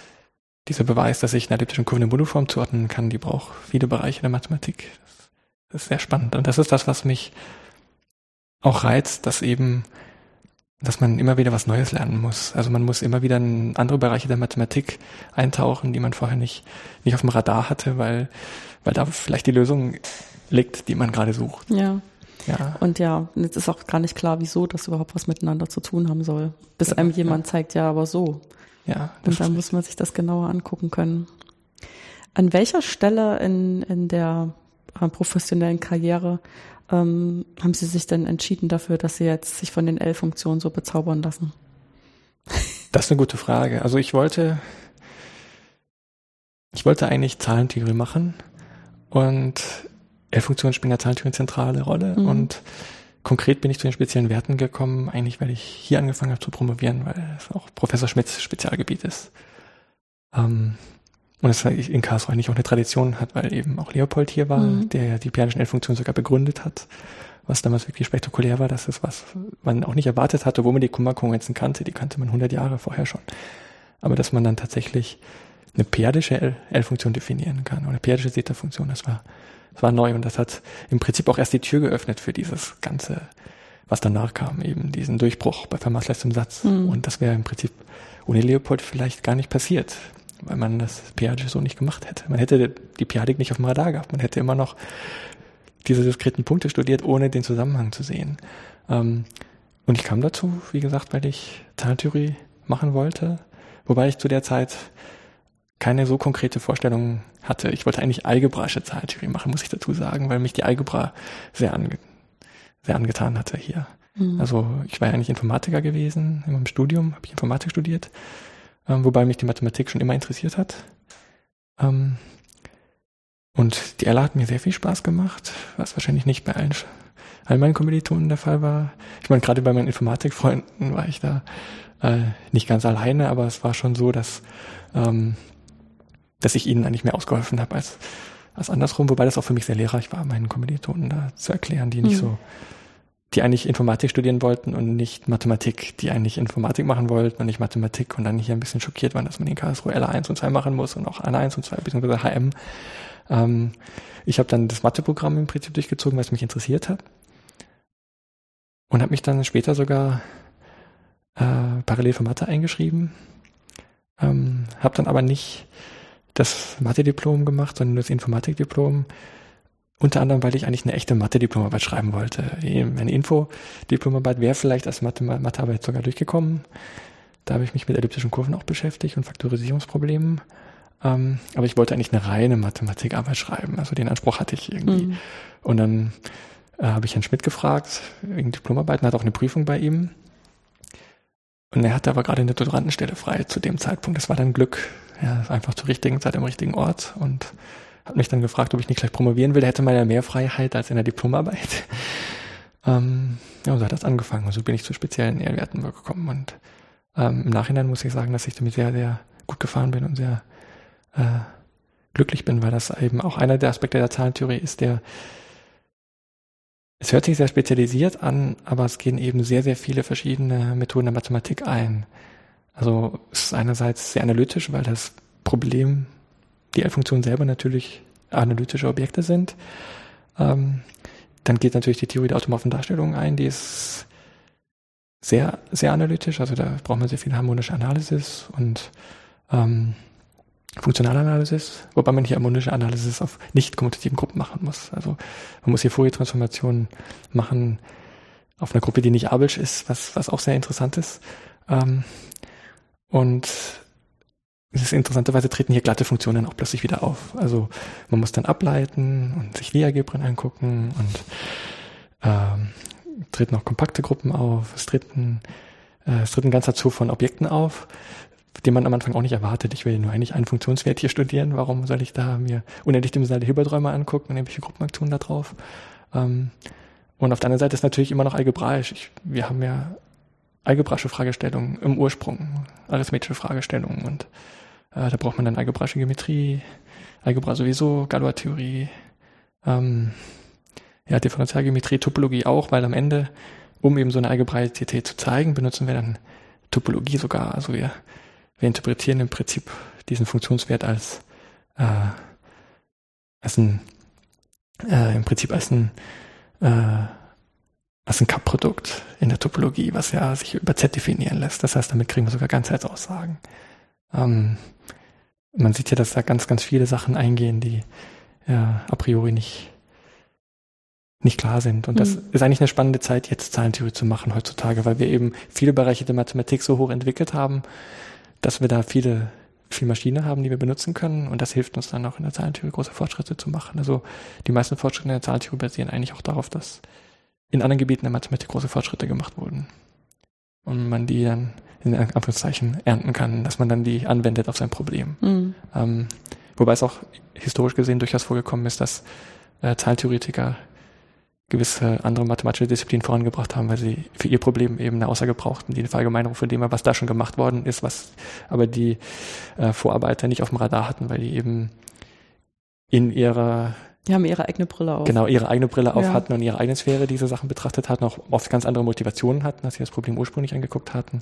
dieser Beweis, dass ich einer elliptischen Kurve eine Modulform zuordnen kann, die braucht viele Bereiche der Mathematik. ist sehr spannend. Und das ist das, was mich auch reizt, dass man immer wieder was Neues lernen muss. Also man muss immer wieder in andere Bereiche der Mathematik eintauchen, die man vorher nicht auf dem Radar hatte, weil da vielleicht die Lösung liegt, die man gerade sucht. Ja. Ja. Und ja, jetzt ist auch gar nicht klar, wieso das überhaupt was miteinander zu tun haben soll. Bis einem jemand zeigt, ja, aber so. Ja. Und dann muss man sich das genauer angucken können. An welcher Stelle in der professionellen Karriere haben Sie sich denn entschieden dafür, dass Sie jetzt sich von den L-Funktionen so bezaubern lassen? Das ist eine gute Frage. Also ich wollte eigentlich Zahlentheorie machen und L-Funktionen spielen in der Zahlentheorie eine zentrale Rolle und konkret bin ich zu den speziellen Werten gekommen, eigentlich weil ich hier angefangen habe zu promovieren, weil es auch Professor Schmidts Spezialgebiet ist. Und es in Karlsruhe eigentlich auch eine Tradition hat, weil eben auch Leopold hier war, der die Peanischen L-Funktion sogar begründet hat, was damals wirklich spektakulär war. Das ist was man auch nicht erwartet hatte, wo man die Kummer-Kongruenzen kannte. Die kannte man 100 Jahre vorher schon. Aber dass man dann tatsächlich eine periodische L-Funktion definieren kann oder eine periodische Zeta-Funktion, das war neu und das hat im Prinzip auch erst die Tür geöffnet für dieses Ganze, was danach kam, eben diesen Durchbruch bei Fermats Satz. Und das wäre im Prinzip ohne Leopold vielleicht gar nicht passiert, weil man das Periodische so nicht gemacht hätte. Man hätte die Periodik nicht auf dem Radar gehabt. Man hätte immer noch diese diskreten Punkte studiert, ohne den Zusammenhang zu sehen. Und ich kam dazu, wie gesagt, weil ich Zahlentheorie machen wollte, wobei ich zu der Zeit keine so konkrete Vorstellung hatte. Ich wollte eigentlich algebraische Zahlentheorie machen, muss ich dazu sagen, weil mich die Algebra sehr angetan hatte hier. Also ich war ja eigentlich Informatiker gewesen, in meinem Studium habe ich Informatik studiert, wobei mich die Mathematik schon immer interessiert hat. Und die Ella hat mir sehr viel Spaß gemacht, was wahrscheinlich nicht bei allen meinen Kommilitonen der Fall war. Ich meine, gerade bei meinen Informatikfreunden war ich da nicht ganz alleine, aber es war schon so, dass ich ihnen eigentlich mehr ausgeholfen habe als andersrum, wobei das auch für mich sehr lehrreich war, meinen Kommilitonen da zu erklären, die eigentlich Informatik studieren wollten und nicht Mathematik, die eigentlich Informatik machen wollten und nicht Mathematik und dann hier ein bisschen schockiert waren, dass man in Karlsruhe LA1 und 2 machen muss und auch ANA1 und 2 bzw. HM. Ich habe dann das Matheprogramm im Prinzip durchgezogen, weil es mich interessiert hat und habe mich dann später sogar parallel für Mathe eingeschrieben, habe dann aber nicht das Mathe-Diplom gemacht, sondern das Informatik-Diplom. Unter anderem, weil ich eigentlich eine echte Mathe-Diplomarbeit schreiben wollte. Eine Info-Diplomarbeit wäre vielleicht als Mathearbeit sogar durchgekommen. Da habe ich mich mit elliptischen Kurven auch beschäftigt und Faktorisierungsproblemen. Aber ich wollte eigentlich eine reine Mathematikarbeit schreiben. Also den Anspruch hatte ich irgendwie. Und dann habe ich Herrn Schmidt gefragt, wegen Diplomarbeiten, hat auch eine Prüfung bei ihm. Und er hatte aber gerade eine Doktorandenstelle frei zu dem Zeitpunkt. Das war dann Glück. Ja, einfach zur richtigen Zeit am richtigen Ort und hat mich dann gefragt, ob ich nicht gleich promovieren will. Da hätte man ja mehr Freiheit als in der Diplomarbeit. Und so hat das angefangen. Und so bin ich zu speziellen Ehrwerten gekommen. Und im Nachhinein muss ich sagen, dass ich damit sehr, sehr gut gefahren bin und sehr glücklich bin, weil das eben auch einer der Aspekte der Zahlentheorie ist, es hört sich sehr spezialisiert an, aber es gehen eben sehr, sehr viele verschiedene Methoden der Mathematik ein. Also es ist einerseits sehr analytisch, weil das Problem, die L-Funktionen selber natürlich analytische Objekte sind. Dann geht natürlich die Theorie der automorphen Darstellung ein, die ist sehr, sehr analytisch, also da braucht man sehr viel harmonische Analysis und funktionale Analysis, wobei man hier harmonische Analysis auf nicht kommutativen Gruppen machen muss. Also man muss hier Fourier-Transformationen machen auf einer Gruppe, die nicht abelsch ist, was auch sehr interessant ist. Und es ist interessanterweise treten hier glatte Funktionen auch plötzlich wieder auf. Also man muss dann ableiten und sich Lie-Algebren angucken und treten auch kompakte Gruppen auf. Es tritt ein ganzer Zoo von Objekten auf, den man am Anfang auch nicht erwartet. Ich will nur eigentlich einen Funktionswert hier studieren. Warum soll ich da mir unendlich dimensionale Hilberträume angucken und irgendwelche Gruppenaktionen da drauf? Und auf der anderen Seite ist natürlich immer noch algebraisch. Wir haben ja algebraische Fragestellungen im Ursprung, arithmetische Fragestellungen und da braucht man dann algebraische Geometrie, Algebra sowieso, Galois-Theorie, Differentialgeometrie, Topologie auch, weil am Ende, um eben so eine Algebraizität zu zeigen, benutzen wir dann Topologie sogar. Also wir interpretieren im Prinzip diesen Funktionswert als ein im Prinzip als ein Cup-Produkt in der Topologie, was ja sich über Z definieren lässt. Das heißt, damit kriegen wir sogar Ganzheitsaussagen. Man sieht ja, dass da ganz, ganz viele Sachen eingehen, die a priori nicht klar sind. Und das ist eigentlich eine spannende Zeit, jetzt Zahlentheorie zu machen heutzutage, weil wir eben viele Bereiche der Mathematik so hoch entwickelt haben, dass wir da viel Maschine haben, die wir benutzen können. Und das hilft uns dann auch in der Zahlentheorie große Fortschritte zu machen. Also die meisten Fortschritte in der Zahlentheorie basieren eigentlich auch darauf, dass in anderen Gebieten der Mathematik große Fortschritte gemacht wurden. Und man die dann in Anführungszeichen ernten kann, dass man dann die anwendet auf sein Problem. Wobei es auch historisch gesehen durchaus vorgekommen ist, dass Zahlentheoretiker gewisse andere mathematische Disziplinen vorangebracht haben, weil sie für ihr Problem eben eine Aussage brauchten, die eine Verallgemeinerung von dem, was da schon gemacht worden ist, was aber die Vorarbeiter nicht auf dem Radar hatten, weil die eben die haben ihre eigene Brille auf. Genau, ihre eigene Brille auf hatten und ihre eigene Sphäre diese Sachen betrachtet hatten, auch oft ganz andere Motivationen hatten, als sie das Problem ursprünglich angeguckt hatten.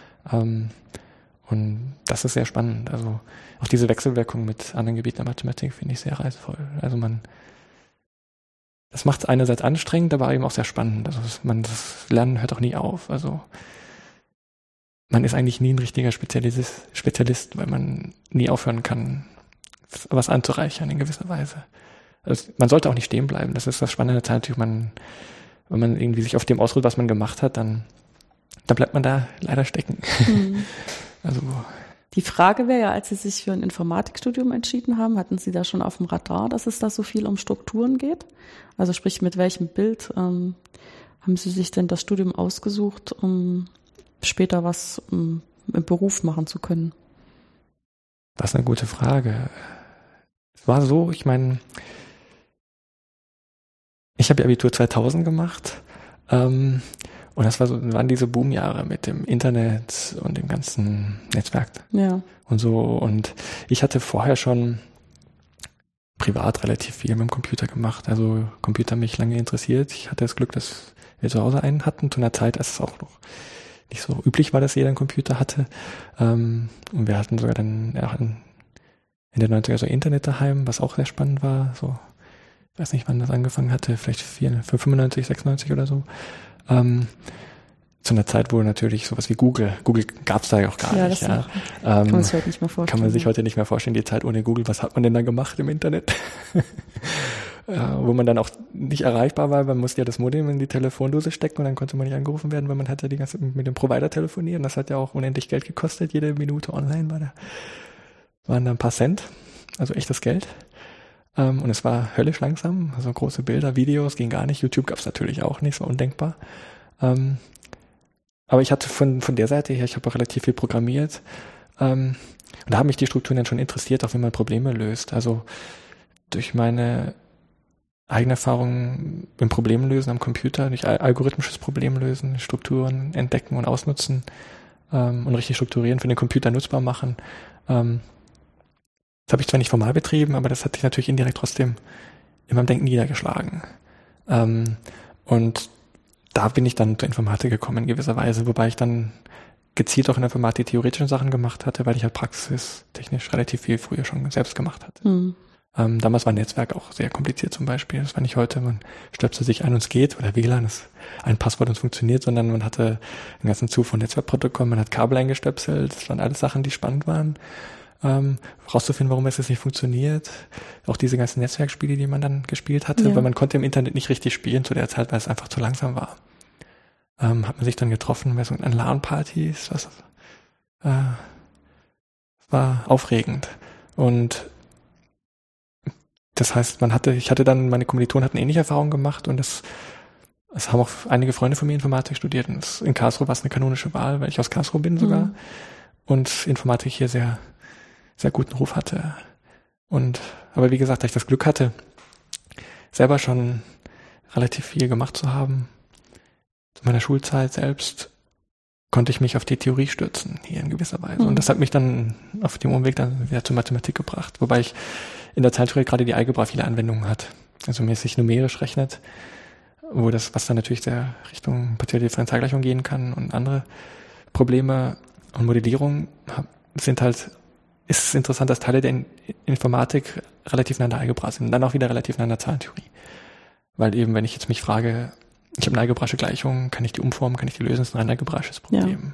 Und das ist sehr spannend. Also auch diese Wechselwirkung mit anderen Gebieten der Mathematik finde ich sehr reizvoll. Also das macht es einerseits anstrengend, aber eben auch sehr spannend. Also das Lernen hört auch nie auf. Also man ist eigentlich nie ein richtiger Spezialist, weil man nie aufhören kann, was anzureichern in gewisser Weise. Also man sollte auch nicht stehen bleiben. Das ist das Spannende der Zahlentheorie. Wenn man irgendwie sich auf dem ausruht, was man gemacht hat, dann bleibt man da leider stecken. Also die Frage wäre ja, als Sie sich für ein Informatikstudium entschieden haben, hatten Sie da schon auf dem Radar, dass es da so viel um Strukturen geht? Also sprich, mit welchem Bild haben Sie sich denn das Studium ausgesucht, um später was im Beruf machen zu können? Das ist eine gute Frage. Es war so, ich meine, ich habe Abitur 2000 gemacht, und das waren diese Boomjahre mit dem Internet und dem ganzen Netzwerk und so. Und ich hatte vorher schon privat relativ viel mit dem Computer gemacht. Also Computer mich lange interessiert. Ich hatte das Glück, dass wir zu Hause einen hatten, zu einer Zeit, als es auch noch nicht so üblich war, dass jeder einen Computer hatte. Und wir hatten sogar dann in den 90er so Internet daheim, was auch sehr spannend war. So, ich weiß nicht, wann das angefangen hatte, vielleicht für 95, 96 oder so. Zu einer Zeit, wo natürlich sowas wie Google gab es da ja auch gar nicht. Ja. Kann man sich heute nicht mehr vorstellen. Kann man sich heute nicht mehr vorstellen, die Zeit ohne Google. Was hat man denn da gemacht im Internet? Wo man dann auch nicht erreichbar war, man musste ja das Modem in die Telefondose stecken und dann konnte man nicht angerufen werden, weil man hat ja die ganze Zeit mit dem Provider telefonieren. Das hat ja auch unendlich Geld gekostet, jede Minute online waren da ein paar Cent, also echtes Geld. Und es war höllisch langsam, also große Bilder, Videos, ging gar nicht. YouTube gab es natürlich auch nicht, so undenkbar. Aber ich hatte von der Seite her, ich habe auch relativ viel programmiert. Und da haben mich die Strukturen dann schon interessiert, auch wenn man Probleme löst. Also durch meine eigene Erfahrung im Problemlösen am Computer, durch algorithmisches Problemlösen, Strukturen entdecken und ausnutzen und richtig strukturieren, für den Computer nutzbar machen. Das habe ich zwar nicht formal betrieben, aber das hat sich natürlich indirekt trotzdem in meinem Denken niedergeschlagen. Und da bin ich dann zur Informatik gekommen in gewisser Weise, wobei ich dann gezielt auch in der Informatik theoretische Sachen gemacht hatte, weil ich halt praxistechnisch relativ viel früher schon selbst gemacht hatte. Damals war Netzwerk auch sehr kompliziert zum Beispiel. Das war nicht heute, man stöpselt sich ein und es geht, oder WLAN ist ein Passwort und es funktioniert, sondern man hatte einen ganzen Zug von Netzwerkprotokollen, man hat Kabel eingestöpselt, das waren alles Sachen, die spannend waren. Rauszufinden, warum es jetzt nicht funktioniert. Auch diese ganzen Netzwerkspiele, die man dann gespielt hatte, weil man konnte im Internet nicht richtig spielen zu der Zeit, weil es einfach zu langsam war. Hat man sich dann getroffen bei so an LAN-Partys, war aufregend. Und das heißt, meine Kommilitonen hatten ähnliche Erfahrungen gemacht und das haben auch einige Freunde von mir Informatik studiert. Und in Karlsruhe war es eine kanonische Wahl, weil ich aus Karlsruhe bin sogar. Und Informatik hier sehr, sehr guten Ruf hatte. Aber wie gesagt, da ich das Glück hatte, selber schon relativ viel gemacht zu haben, zu meiner Schulzeit selbst, konnte ich mich auf die Theorie stürzen, hier in gewisser Weise. Und das hat mich dann auf dem Umweg dann wieder zur Mathematik gebracht, wobei ich in der Zahlentheorie gerade die Algebra viele Anwendungen hat. Also mäßig numerisch rechnet, was dann natürlich sehr Richtung partielle Differentialgleichung gehen kann und andere Probleme und Modellierung sind halt ist es interessant, dass Teile der Informatik relativ nah an der Algebra sind und dann auch wieder relativ nah an der Zahlentheorie. Weil eben, wenn ich jetzt mich frage, ich habe eine algebraische Gleichung, kann ich die umformen, kann ich die lösen, das ist ein rein algebraisches Problem.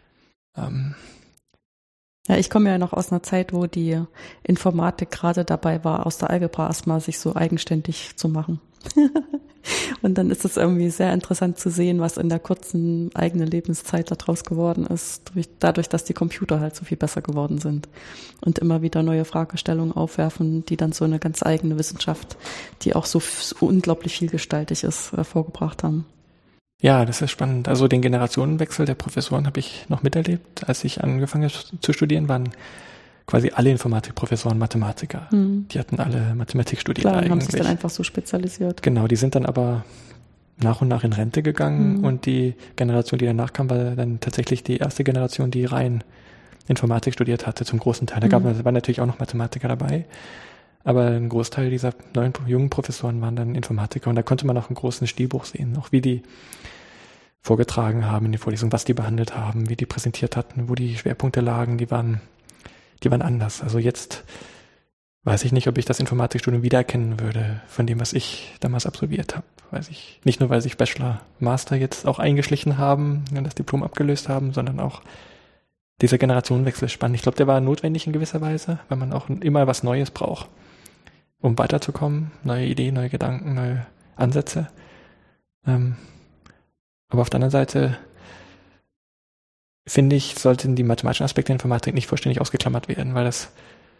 Ja, ich komme ja noch aus einer Zeit, wo die Informatik gerade dabei war, aus der Algebra erstmal sich so eigenständig zu machen. Und dann ist es irgendwie sehr interessant zu sehen, was in der kurzen eigenen Lebenszeit daraus geworden ist, dadurch, dass die Computer halt so viel besser geworden sind und immer wieder neue Fragestellungen aufwerfen, die dann so eine ganz eigene Wissenschaft, die auch so unglaublich vielgestaltig ist, hervorgebracht haben. Ja, das ist spannend. Also den Generationenwechsel der Professoren habe ich noch miterlebt. Als ich angefangen habe zu studieren, waren quasi alle Informatikprofessoren Mathematiker. Die hatten alle Mathematik studiert. Klar, eigentlich. Haben sich dann einfach so spezialisiert. Genau, die sind dann aber nach und nach in Rente gegangen und die Generation, die danach kam, war dann tatsächlich die erste Generation, die rein Informatik studiert hatte, zum großen Teil. Da waren natürlich auch noch Mathematiker dabei, aber ein Großteil dieser neuen jungen Professoren waren dann Informatiker und da konnte man auch einen großen Stilbruch sehen, auch wie die vorgetragen haben in den Vorlesungen, was die behandelt haben, wie die präsentiert hatten, wo die Schwerpunkte lagen, die waren anders. Also jetzt weiß ich nicht, ob ich das Informatikstudium wiedererkennen würde von dem, was ich damals absolviert habe. Weiß ich. Nicht nur, weil sich Bachelor, Master jetzt auch eingeschlichen haben und das Diplom abgelöst haben, sondern auch dieser Generationenwechsel ist spannend. Ich glaube, der war notwendig in gewisser Weise, weil man auch immer was Neues braucht, um weiterzukommen. Neue Ideen, neue Gedanken, neue Ansätze. Aber auf der anderen Seite finde ich, sollten die mathematischen Aspekte der Informatik nicht vollständig ausgeklammert werden, weil das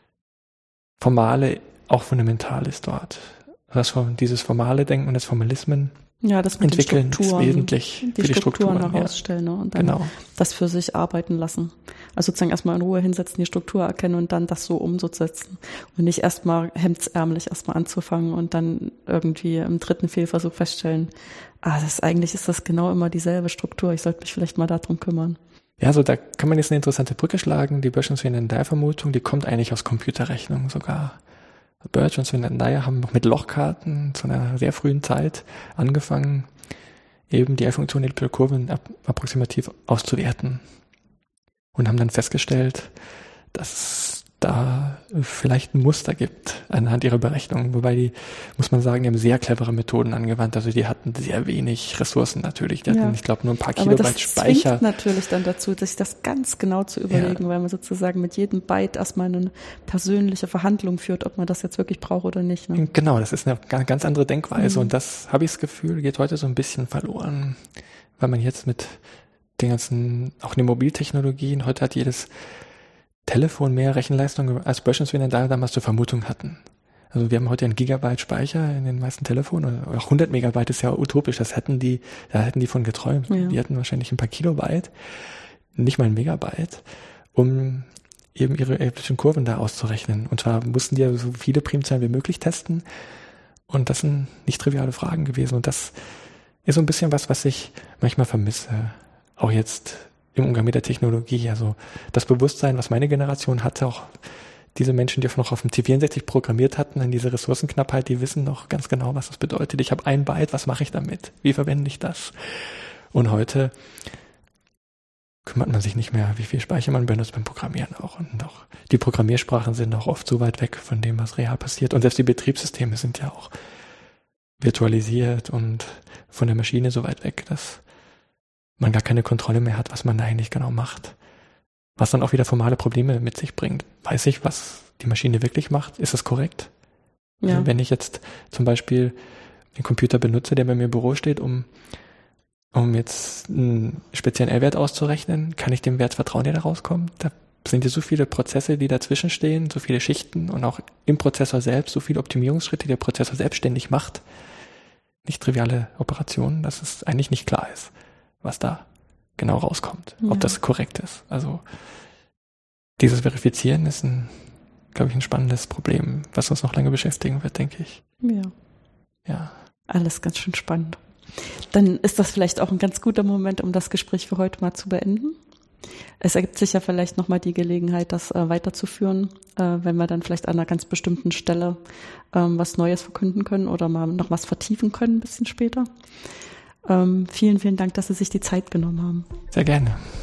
Formale auch fundamental ist dort. Dieses formale Denken und das Formalismen das mit entwickeln den Strukturen, ist wesentlich die für die Strukturen herausstellen, ne? Und dann das für sich arbeiten lassen. Also sozusagen erstmal in Ruhe hinsetzen, die Struktur erkennen und dann das so umsetzen. Und nicht erstmal hemdsärmlich erstmal anzufangen und dann irgendwie im dritten Fehlversuch feststellen, eigentlich ist das genau immer dieselbe Struktur, ich sollte mich vielleicht mal darum kümmern. Ja, so da kann man jetzt eine interessante Brücke schlagen. Die Birch und Swinnerton-Dyer-Vermutung, die kommt eigentlich aus Computerrechnung sogar. Birch und Swinnerton-Dyer haben noch mit Lochkarten zu einer sehr frühen Zeit angefangen, eben die L-Funktion der Kurven approximativ auszuwerten. Und haben dann festgestellt, dass es da vielleicht ein Muster gibt anhand ihrer Berechnungen. Wobei die, muss man sagen, die haben sehr clevere Methoden angewandt. Also die hatten sehr wenig Ressourcen natürlich. Die hatten, ich glaube, nur ein paar Kilobyte Speicher. Das zwingt natürlich dann dazu, sich das ganz genau zu überlegen, weil man sozusagen mit jedem Byte erstmal eine persönliche Verhandlung führt, ob man das jetzt wirklich braucht oder nicht. Ne? Genau, das ist eine ganz andere Denkweise. Und das, habe ich das Gefühl, geht heute so ein bisschen verloren, weil man jetzt mit den ganzen, auch den Mobiltechnologien, heute hat jedes Telefon mehr Rechenleistung als Birch und Swinnerton damals zur Vermutung hatten. Also wir haben heute einen Gigabyte Speicher in den meisten Telefonen, oder auch 100 Megabyte ist ja utopisch, da hätten die von geträumt. Ja. Die hatten wahrscheinlich ein paar Kilobyte, nicht mal ein Megabyte, um eben ihre elliptischen Kurven da auszurechnen. Und zwar mussten die ja so viele Primzahlen wie möglich testen und das sind nicht triviale Fragen gewesen und das ist so ein bisschen was ich manchmal vermisse, auch jetzt im Umgang mit der Technologie, also das Bewusstsein, was meine Generation hatte, auch diese Menschen, die noch auf dem C64 programmiert hatten, in diese Ressourcenknappheit, die wissen noch ganz genau, was das bedeutet. Ich habe ein Byte, was mache ich damit? Wie verwende ich das? Und heute kümmert man sich nicht mehr, wie viel Speicher man benutzt beim Programmieren auch. Und auch die Programmiersprachen sind auch oft so weit weg von dem, was real passiert. Und selbst die Betriebssysteme sind ja auch virtualisiert und von der Maschine so weit weg, dass man gar keine Kontrolle mehr hat, was man da eigentlich genau macht. Was dann auch wieder formale Probleme mit sich bringt. Weiß ich, was die Maschine wirklich macht? Ist das korrekt? Ja. Also wenn ich jetzt zum Beispiel den Computer benutze, der bei mir im Büro steht, um jetzt einen speziellen L-Wert auszurechnen, kann ich dem Wert vertrauen, der da rauskommt? Da sind ja so viele Prozesse, die dazwischen stehen, so viele Schichten und auch im Prozessor selbst so viele Optimierungsschritte, die der Prozessor selbstständig macht. Nicht triviale Operationen, dass es eigentlich nicht klar ist, was da genau rauskommt, ob das korrekt ist. Also dieses Verifizieren ist glaube ich, ein spannendes Problem, was uns noch lange beschäftigen wird, denke ich. Ja. Alles ganz schön spannend. Dann ist das vielleicht auch ein ganz guter Moment, um das Gespräch für heute mal zu beenden. Es ergibt sich ja vielleicht nochmal die Gelegenheit, das weiterzuführen, wenn wir dann vielleicht an einer ganz bestimmten Stelle was Neues verkünden können oder mal noch was vertiefen können ein bisschen später. Vielen, vielen Dank, dass Sie sich die Zeit genommen haben. Sehr gerne.